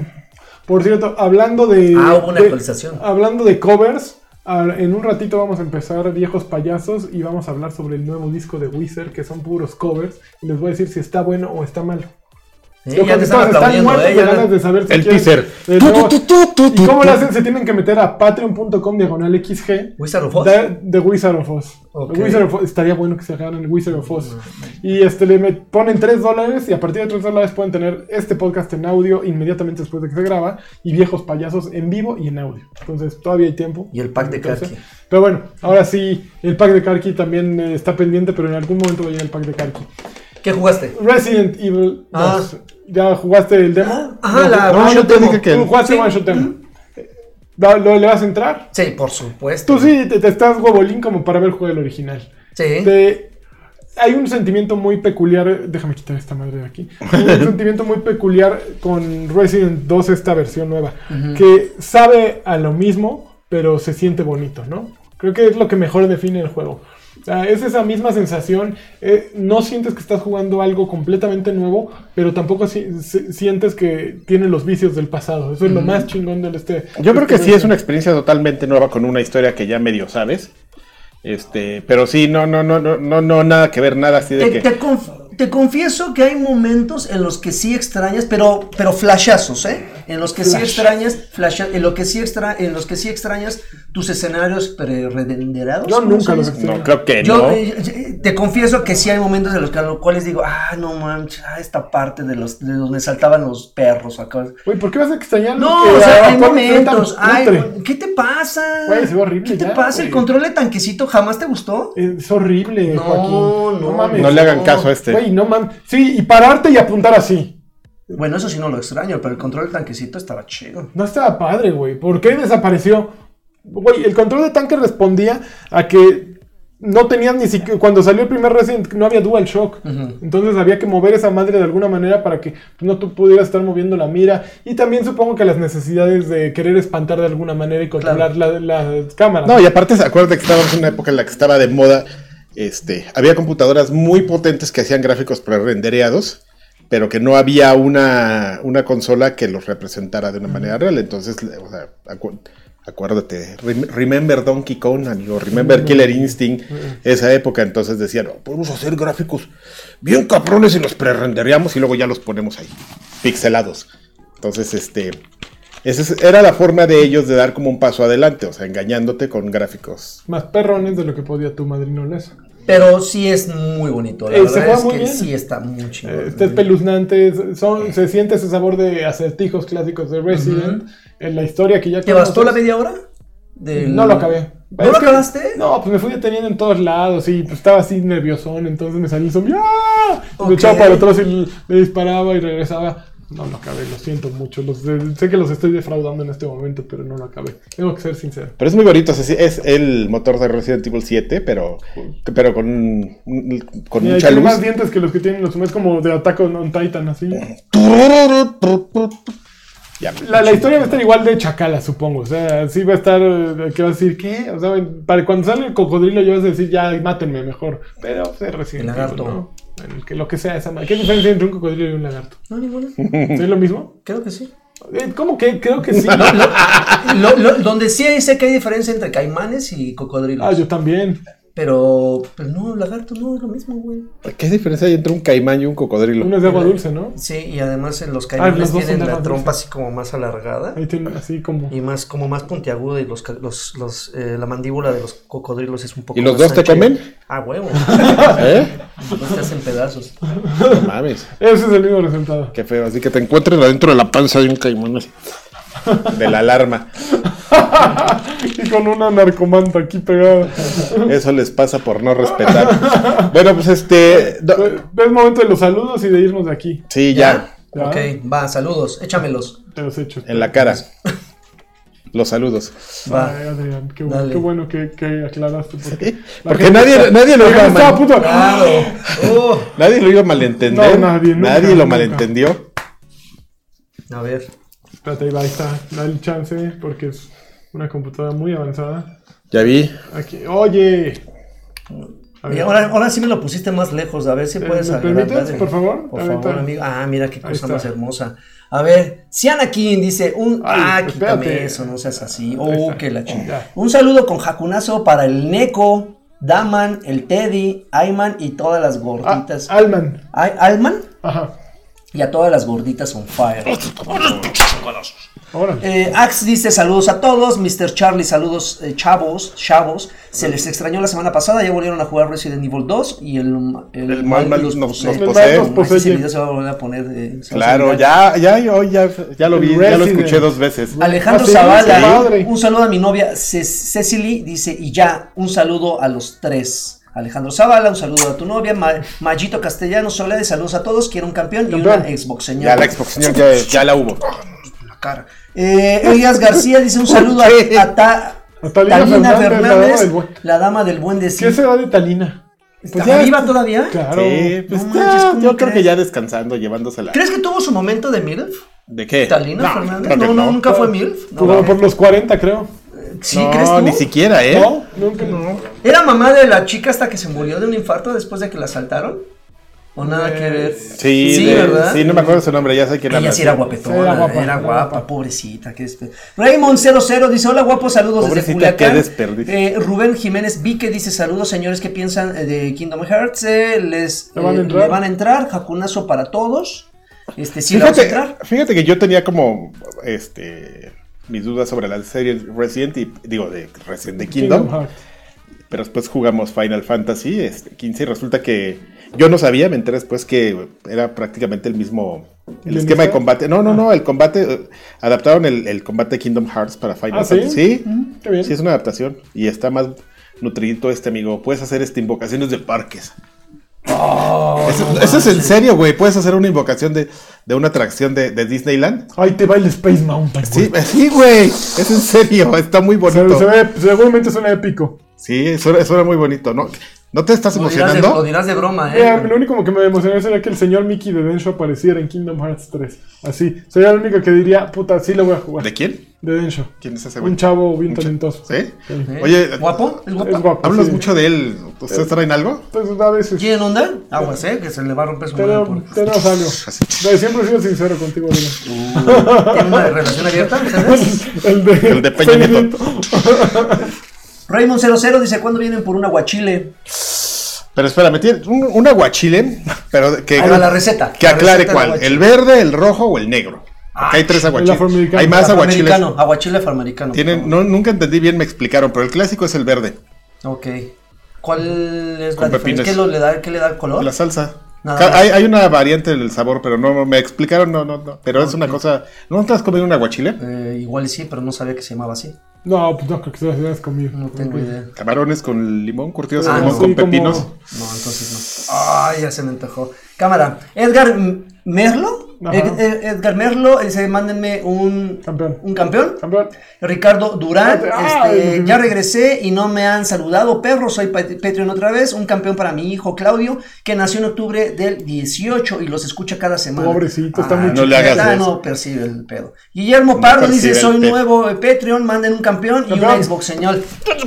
Por cierto, hablando de... hubo una actualización. Hablando de covers, en un ratito vamos a empezar Viejos Payasos y vamos a hablar sobre el nuevo disco de Weezer, que son puros covers, y les voy a decir si está bueno o está malo. Sí, ya te están aplaudiendo, de ganas de saber si el teaser. ¿Y cómo lo hacen? Se tienen que meter a patreon.com/XG Wizard of Oz. De Wizard of Oz. Okay. Wizard of Oz. Estaría bueno que se hagan el Wizard of Oz. Y le ponen $3 y a partir de $3 pueden tener este podcast en audio inmediatamente después de que se graba y Viejos Payasos en vivo y en audio. Entonces todavía hay tiempo. Y el pack de Karki. Pero bueno, ahora sí, el pack de Karki también está pendiente, pero en algún momento va a llegar el pack de Karki. ¿Qué jugaste? Resident Evil 2. ¿Ya jugaste el demo? One Shot Demo. ¿Tú jugaste One Shot Demo? ¿Le vas a entrar? Sí, por supuesto. Tú sí te estás huevolín como para ver el juego del original. Sí. Hay un sentimiento muy peculiar. Déjame quitar esta madre de aquí. Hay un sentimiento muy peculiar con Resident 2, esta versión nueva. Que sabe a lo mismo, pero se siente bonito, ¿no? Creo que es lo que mejor define el juego. Es esa misma sensación. No sientes que estás jugando algo completamente nuevo, pero tampoco sientes que tiene los vicios del pasado. Eso es lo más chingón del Yo creo que sí es una experiencia totalmente nueva con una historia que ya medio sabes. Pero sí, no, nada que ver, nada así de que... Te confieso que hay momentos en los que sí extrañas, pero flashazos, ¿eh? En los que sí extrañas, en los que sí extrañas tus escenarios pre-renderados. Yo nunca los extraño. No, creo que no. Te confieso que sí hay momentos en los cuales digo, no manches, esta parte de donde saltaban los perros acá. Güey, ¿por qué vas a extrañar? No, o sea, hay momentos. ¿Qué te pasa? Güey, se ve horrible. ¿Qué te pasa? El control de tanquecito jamás te gustó. Es horrible, Joaquín. No mames. No le hagan caso a este. Güey, no mames. Sí, y pararte y apuntar así. Bueno, eso sí no lo extraño, pero el control del tanquecito estaba chido. No estaba padre, güey. ¿Por qué desapareció? Güey, el control de tanque respondía a que no tenías ni siquiera... Cuando salió el primer Resident no había DualShock. Entonces había que mover esa madre de alguna manera para que no tú pudieras estar moviendo la mira. Y también supongo que las necesidades de querer espantar de alguna manera y controlar la cámara. No, y aparte, acuérdate que estábamos en una época en la que estaba de moda... había computadoras muy potentes que hacían gráficos pre-rendereados, pero que no había una consola que los representara de una manera real. Entonces, o sea, acuérdate, remember Donkey Kong, amigo, remember Killer Instinct, esa época. Entonces decían, podemos hacer gráficos bien cabrones y los pre-rendereamos y luego ya los ponemos ahí, pixelados. Entonces, esa era la forma de ellos de dar como un paso adelante, o sea, engañándote con gráficos. Más perrones de lo que podía tu madrino Les. Pero sí es muy bonito, la verdad es que sí está muy chido. Está espeluznante, se siente ese sabor de acertijos clásicos de Resident, en la historia que ya... ¿Te bastó la media hora? No lo acabé. ¿No lo acabaste? No, pues me fui deteniendo en todos lados y pues estaba así nerviosón, entonces me salí el zombie, me echaba para atrás y le disparaba y regresaba. No lo acabé, lo siento mucho. Sé que los estoy defraudando en este momento, pero no lo acabé. Tengo que ser sincero. Pero es muy bonito, o sea, es el motor de Resident Evil 7, pero con mucha luz. Más dientes que los que tienen los es como de Attack on Titan, así. La historia va a estar igual de chacala, supongo. O sea, sí va a estar. ¿Qué vas a decir? ¿Qué? O sea, para cuando sale el cocodrilo, yo vas a decir, ya, mátenme mejor. Pero se recibe. El lagarto. ¿no? Lo que sea esa madre. ¿Qué diferencia entre un cocodrilo y un lagarto? No, ninguna. ¿Es lo mismo? Creo que sí. ¿Cómo que? Creo que sí. Donde sí sé que hay diferencia entre caimanes y cocodrilos. Yo también. Pero no, lagarto no es lo mismo, güey. ¿Qué diferencia hay entre un caimán y un cocodrilo? Uno es de agua dulce, ¿no? Sí, y además en los caimanes tienen la trompa dulce. Así como más alargada. Ahí tienen así como... Y más puntiaguda, y la mandíbula de los cocodrilos es un poco ¿Y los más dos te ancha. comen? Huevo. Los dos te hacen pedazos. No mames. Ese es el mismo resultado. Qué feo, así que te encuentres adentro de la panza de un caimán así. De la alarma. Y con una narcomanta aquí pegada. Eso les pasa por no respetar. Bueno, pues Es momento de los saludos y de irnos de aquí. Sí, ya. ¿Ya? Ok, va, saludos, échamelos. Te los echo. En la cara. Los saludos. Va. Ay, Adrián, qué Dale. bueno que aclaraste. Porque nadie lo iba a estaba a punto. Claro. Nadie lo iba a malentender. No, nadie, nunca, lo nunca. malentendió. A ver. Espérate, ahí va, ahí está. Dale el chance porque es una computadora muy avanzada. Ya vi. Aquí, oye. A Y ver. ahora sí me lo pusiste más lejos. A ver si puedes ¿me agarrar, permites, dale. por favor? Por Ahorita. favor, amigo. Ah, mira qué Ahí cosa está. más hermosa. A ver, Siana King dice Ay, quítame espérate. eso, no seas así. Ahí está. Que la chingada. Ya. Un saludo con jacunazo para el Neko, Daman, el Teddy, Ayman y todas las gorditas. Alman. Alman Ajá. y a todas las gorditas on fire. Ahora. Ax dice saludos a todos, Mr. Charlie, saludos chavos, se les extrañó la semana pasada, ya volvieron a jugar Resident Evil 2 y el mal mal nos posee. posee. El mal nos posee. Ese video se va a volver a poner Claro, sensibilidad. ya lo vi, ya lo escuché 2 veces. Alejandro Ah, sí, Zavala, sí, padre. un saludo a mi novia Cecily, dice, y ya, un saludo a los 3. Alejandro Zavala, un saludo a tu novia, Mayito Castellano, Soledad, saludos a todos, quiero un campeón y Campeón. una Xbox, señor. Ya la Xbox señor, ya la hubo. La cara. Elías García dice un saludo a A Talina Fernández, la dama del buen decir. ¿Qué será de Talina? ¿Está viva todavía? Claro. Sí, pues No ya, manches, ¿cómo yo creo crees? que ya descansando, llevándosela. ¿Crees que tuvo su momento de MILF? ¿De qué? ¿Talina No, Fernández? creo que No, nunca fue MILF. No, Como por los 40, creo. ¿Sí crees tú? ni siquiera, No, nunca. No. ¿Era mamá de la chica hasta que se murió de un infarto después de que la asaltaron? ¿O nada que ver? Sí, ¿verdad? Sí, no me acuerdo su nombre, ya sé quién Ella habla. sí era guapetona, Sí, era guapa, pobrecita. Raymond 00 dice, hola guapos, saludos desde Pobrecita, qué Culiacán. desperdicio. Rubén Jiménez Vique dice, saludos señores, ¿qué piensan de Kingdom Hearts? ¿Le van a entrar? Jacunazo para todos. Sí, le vamos a entrar. Fíjate que yo tenía como mis dudas sobre la serie Resident de Kingdom. Hearts. Pero después jugamos Final Fantasy 15 y resulta que yo no sabía, me enteré después que era prácticamente el mismo el esquema de combate. No, el combate adaptaron el combate de Kingdom Hearts para Final Fantasy. ¿sí? Qué bien. Sí, es una adaptación y está más nutridito amigo. Puedes hacer invocaciones de parques. Eso es en serio, güey. Puedes hacer una invocación de una atracción de Disneyland. Ahí te va el Space Mountain. Sí, güey. Es en serio. Está muy bonito. Seguramente suena épico. Sí, suena muy bonito, ¿no? ¿No te estás emocionando? Lo dirás de broma, Lo único que me emocionó sería que el señor Mickey de Densho apareciera en Kingdom Hearts 3. Así. Sería lo único que diría, puta, sí lo voy a jugar. ¿De quién? De Densho. ¿Quién es ese güey? Un chavo bien talentoso. ¿Sí? Sí. Oye, ¿Guapo? ¿Es guapo? Es guapo. hablas sí. mucho de él. ¿Ustedes traen algo? Entonces, a veces. ¿Quién onda? Aguas, que se le va a romper su madre por... Tenemos algo. Siempre he sido sincero contigo, Adrián. ¿Tiene una relación abierta? ¿Ustedes? El de Peña Nieto. Raymond 00 dice, ¿cuándo vienen por un aguachile? Pero espérame, tiene un aguachile, pero que, Ahí va la receta. que La aclare receta del cuál, aguachile. el verde, el rojo o el negro. Porque hay 3 aguachiles. afroamericano. Hay más aguachiles. Afroamericano, aguachile afroamericano. Nunca entendí bien, me explicaron, pero el clásico es el verde. Ok. ¿Cuál es Con la diferencia? pepines. ¿Qué le da el color? La salsa. Nada más. Hay una variante del sabor, pero no me explicaron, no. Pero es una cosa. ¿No te has comido un aguachile? Igual y sí, pero no sabía que se llamaba así. No, pues no creo que se las hayas comido. No tengo idea. Camarones con limón, curtidos de Ah, limón no. con Sí, como- pepinos. No, entonces no. Ay, ya se me antojó. Cámara. Edgar Merlo. Ajá. Edgar Merlo, dice, mándenme un Campeón. campeón. Campeón. Ricardo Durán, Ay, ya regresé y no me han saludado, perro, soy Patreon otra vez, un campeón para mi hijo Claudio, que nació en octubre del 18 y los escucha cada semana. Pobrecito, está muy no le hagas chiquita, eso. no percibe el pedo. Guillermo Pardo dice, percibe soy el pedo. nuevo Patreon, manden un campeón y Campeón. una Xbox, señor.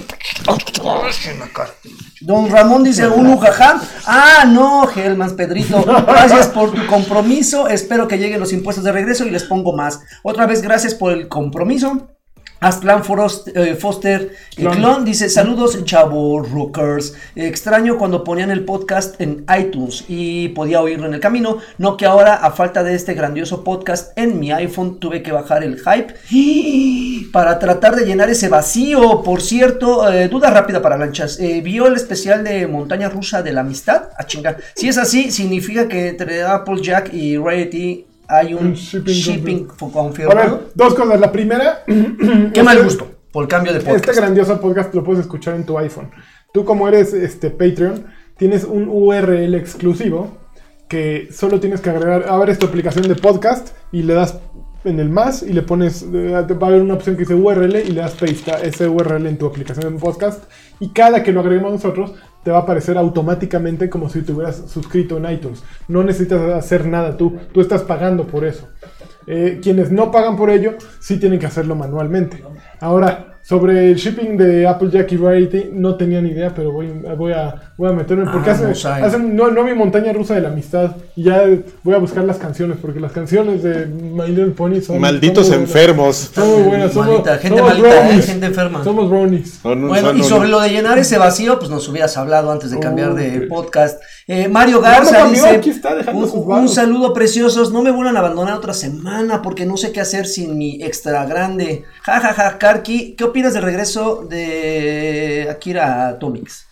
Don Ramón dice, un ujajá. Ah, no, Helmans, Pedrito. Gracias por tu compromiso. Espero que lleguen los impuestos de regreso y les pongo más. Otra vez, gracias por el compromiso. Aztlán Foster Clon dice, saludos chavo rockers, extraño cuando ponían el podcast en iTunes y podía oírlo en el camino, no que ahora a falta de este grandioso podcast en mi iPhone tuve que bajar el hype para tratar de llenar ese vacío. Por cierto, duda rápida para Lanchas, ¿vio el especial de Montaña Rusa de la Amistad? A chingar, si es así, significa que entre Applejack y Rarity hay un shipping A confirmado. ver, 2 cosas. La primera, Qué mal gusto por cambio de podcast. este grandioso podcast lo puedes escuchar en tu iPhone. Tú, como eres Patreon, tienes un URL exclusivo que solo tienes que agregar, abres tu aplicación de podcast y le das en el más y le pones, va a haber una opción que dice URL y le das paste a ese URL en tu aplicación de podcast y cada que lo agreguemos nosotros te va a aparecer automáticamente como si te hubieras suscrito en iTunes. No necesitas hacer nada tú estás pagando por eso. Quienes no pagan por ello sí tienen que hacerlo manualmente. Ahora, sobre el shipping de Applejack y Variety no tenía ni idea, pero voy a meterme porque no vi Montaña Rusa de la Amistad y ya voy a buscar las canciones porque las canciones de My Little Pony son malditos son enfermos. Son muy buenas, gente malita, gente enferma. Somos brownies. Bueno, y sobre lo de llenar ese vacío, pues nos hubieras hablado antes de cambiar de podcast. Mario Garza dice, aquí está dejando un saludo preciosos, no me vuelvan a abandonar otra semana porque no sé qué hacer sin mi extra grande. Ja, Karki, ¿qué opinas del regreso de Akira Atomics?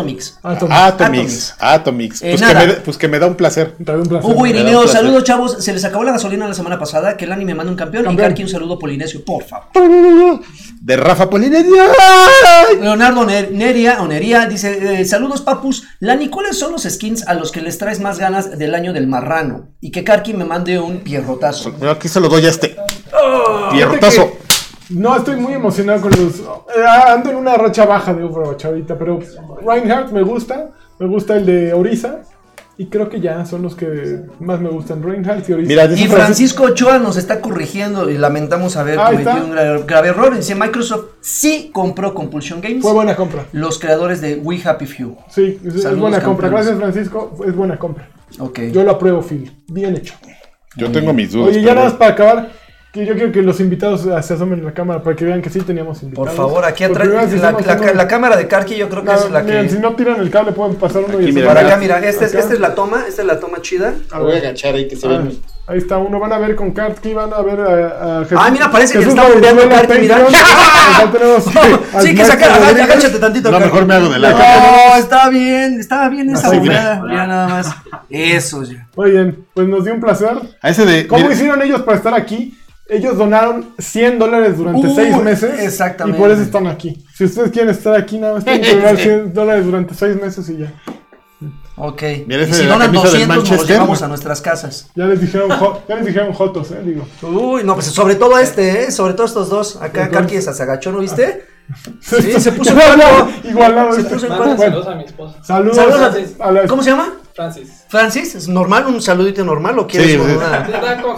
Pues que me da un placer. Hugo Irineo, saludos chavos. Se les acabó la gasolina la semana pasada. Que el anime manda un campeón. Y Karki, un saludo polinesio, por favor. De Rafa Polinesio. Leonardo Neria dice: saludos papus. Lani, ¿cuáles son los skins a los que les traes más ganas del año del marrano? Y que Karki me mande un pierrotazo. Aquí se lo doy a este. Pierrotazo. No, estoy muy emocionado con los... ando en una racha baja de Overwatch ahorita, pero Reinhardt me gusta el de Orisa, y creo que ya son los que más me gustan, Reinhardt y Orisa. Mira, y Francisco Ochoa nos está corrigiendo, y lamentamos haber cometido un grave error. Dice, Microsoft sí compró Compulsion Games. Fue buena compra. Los creadores de We Happy Few. Sí, es buena compra, gracias Francisco, es buena compra. Okay. Yo lo apruebo, Phil, bien hecho. Yo tengo mis dudas. Oye, ya nada más para acabar... Yo quiero que los invitados se asomen en la cámara para que vean que sí teníamos invitados. Por favor, aquí atrás, la cámara de Karki yo creo que es la miren, que... si no tiran el cable pueden pasar uno aquí, y... Para acá, mira, esta es la toma chida. Voy a agachar ahí que se ven. Ahí está, uno van a ver con Karki, van a ver a Jesús. Ah, mira, parece que está bombeando Karki, mira. Sí, que agáchate tantito. No, mejor me hago de lado. No, estaba bien esa bombeada. Mira nada más. Eso ya. Muy bien, pues nos dio un placer. ¿Cómo hicieron ellos para estar aquí? Ellos donaron $100 durante 6 meses. Exactamente. Y por eso están aquí. Si ustedes quieren estar aquí, nada más tienen que donar $100 durante 6 meses y ya. Ok. Y si donan 200, nos los llevamos a nuestras casas. Ya les dijeron jotos, digo. Uy, no, pues sobre todo sobre todo estos dos. Acá Karki se agachó, ¿no viste? Sí, se puso en igualado. Se puso en cuadro. Saludos a mi esposa. Saludos a la... ¿Cómo se llama? Francis, ¿es normal? ¿Un saludito normal o quieres con una?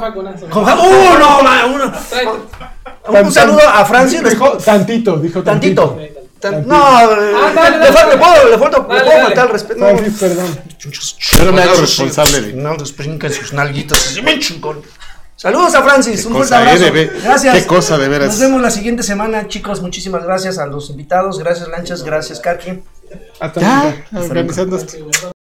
Un saludo a Francis. Dijo tantito. No, le puedo faltar el respeto. Francis, perdón. Yo me hago responsable. No les brincan sus nalguitas. Saludos a Francis, un fuerte abrazo. Gracias. Qué cosa, de veras. Nos vemos la siguiente semana, chicos. Muchísimas gracias a los invitados. Gracias, Lanchas. Gracias, Karki. Hasta luego. Organizando esto.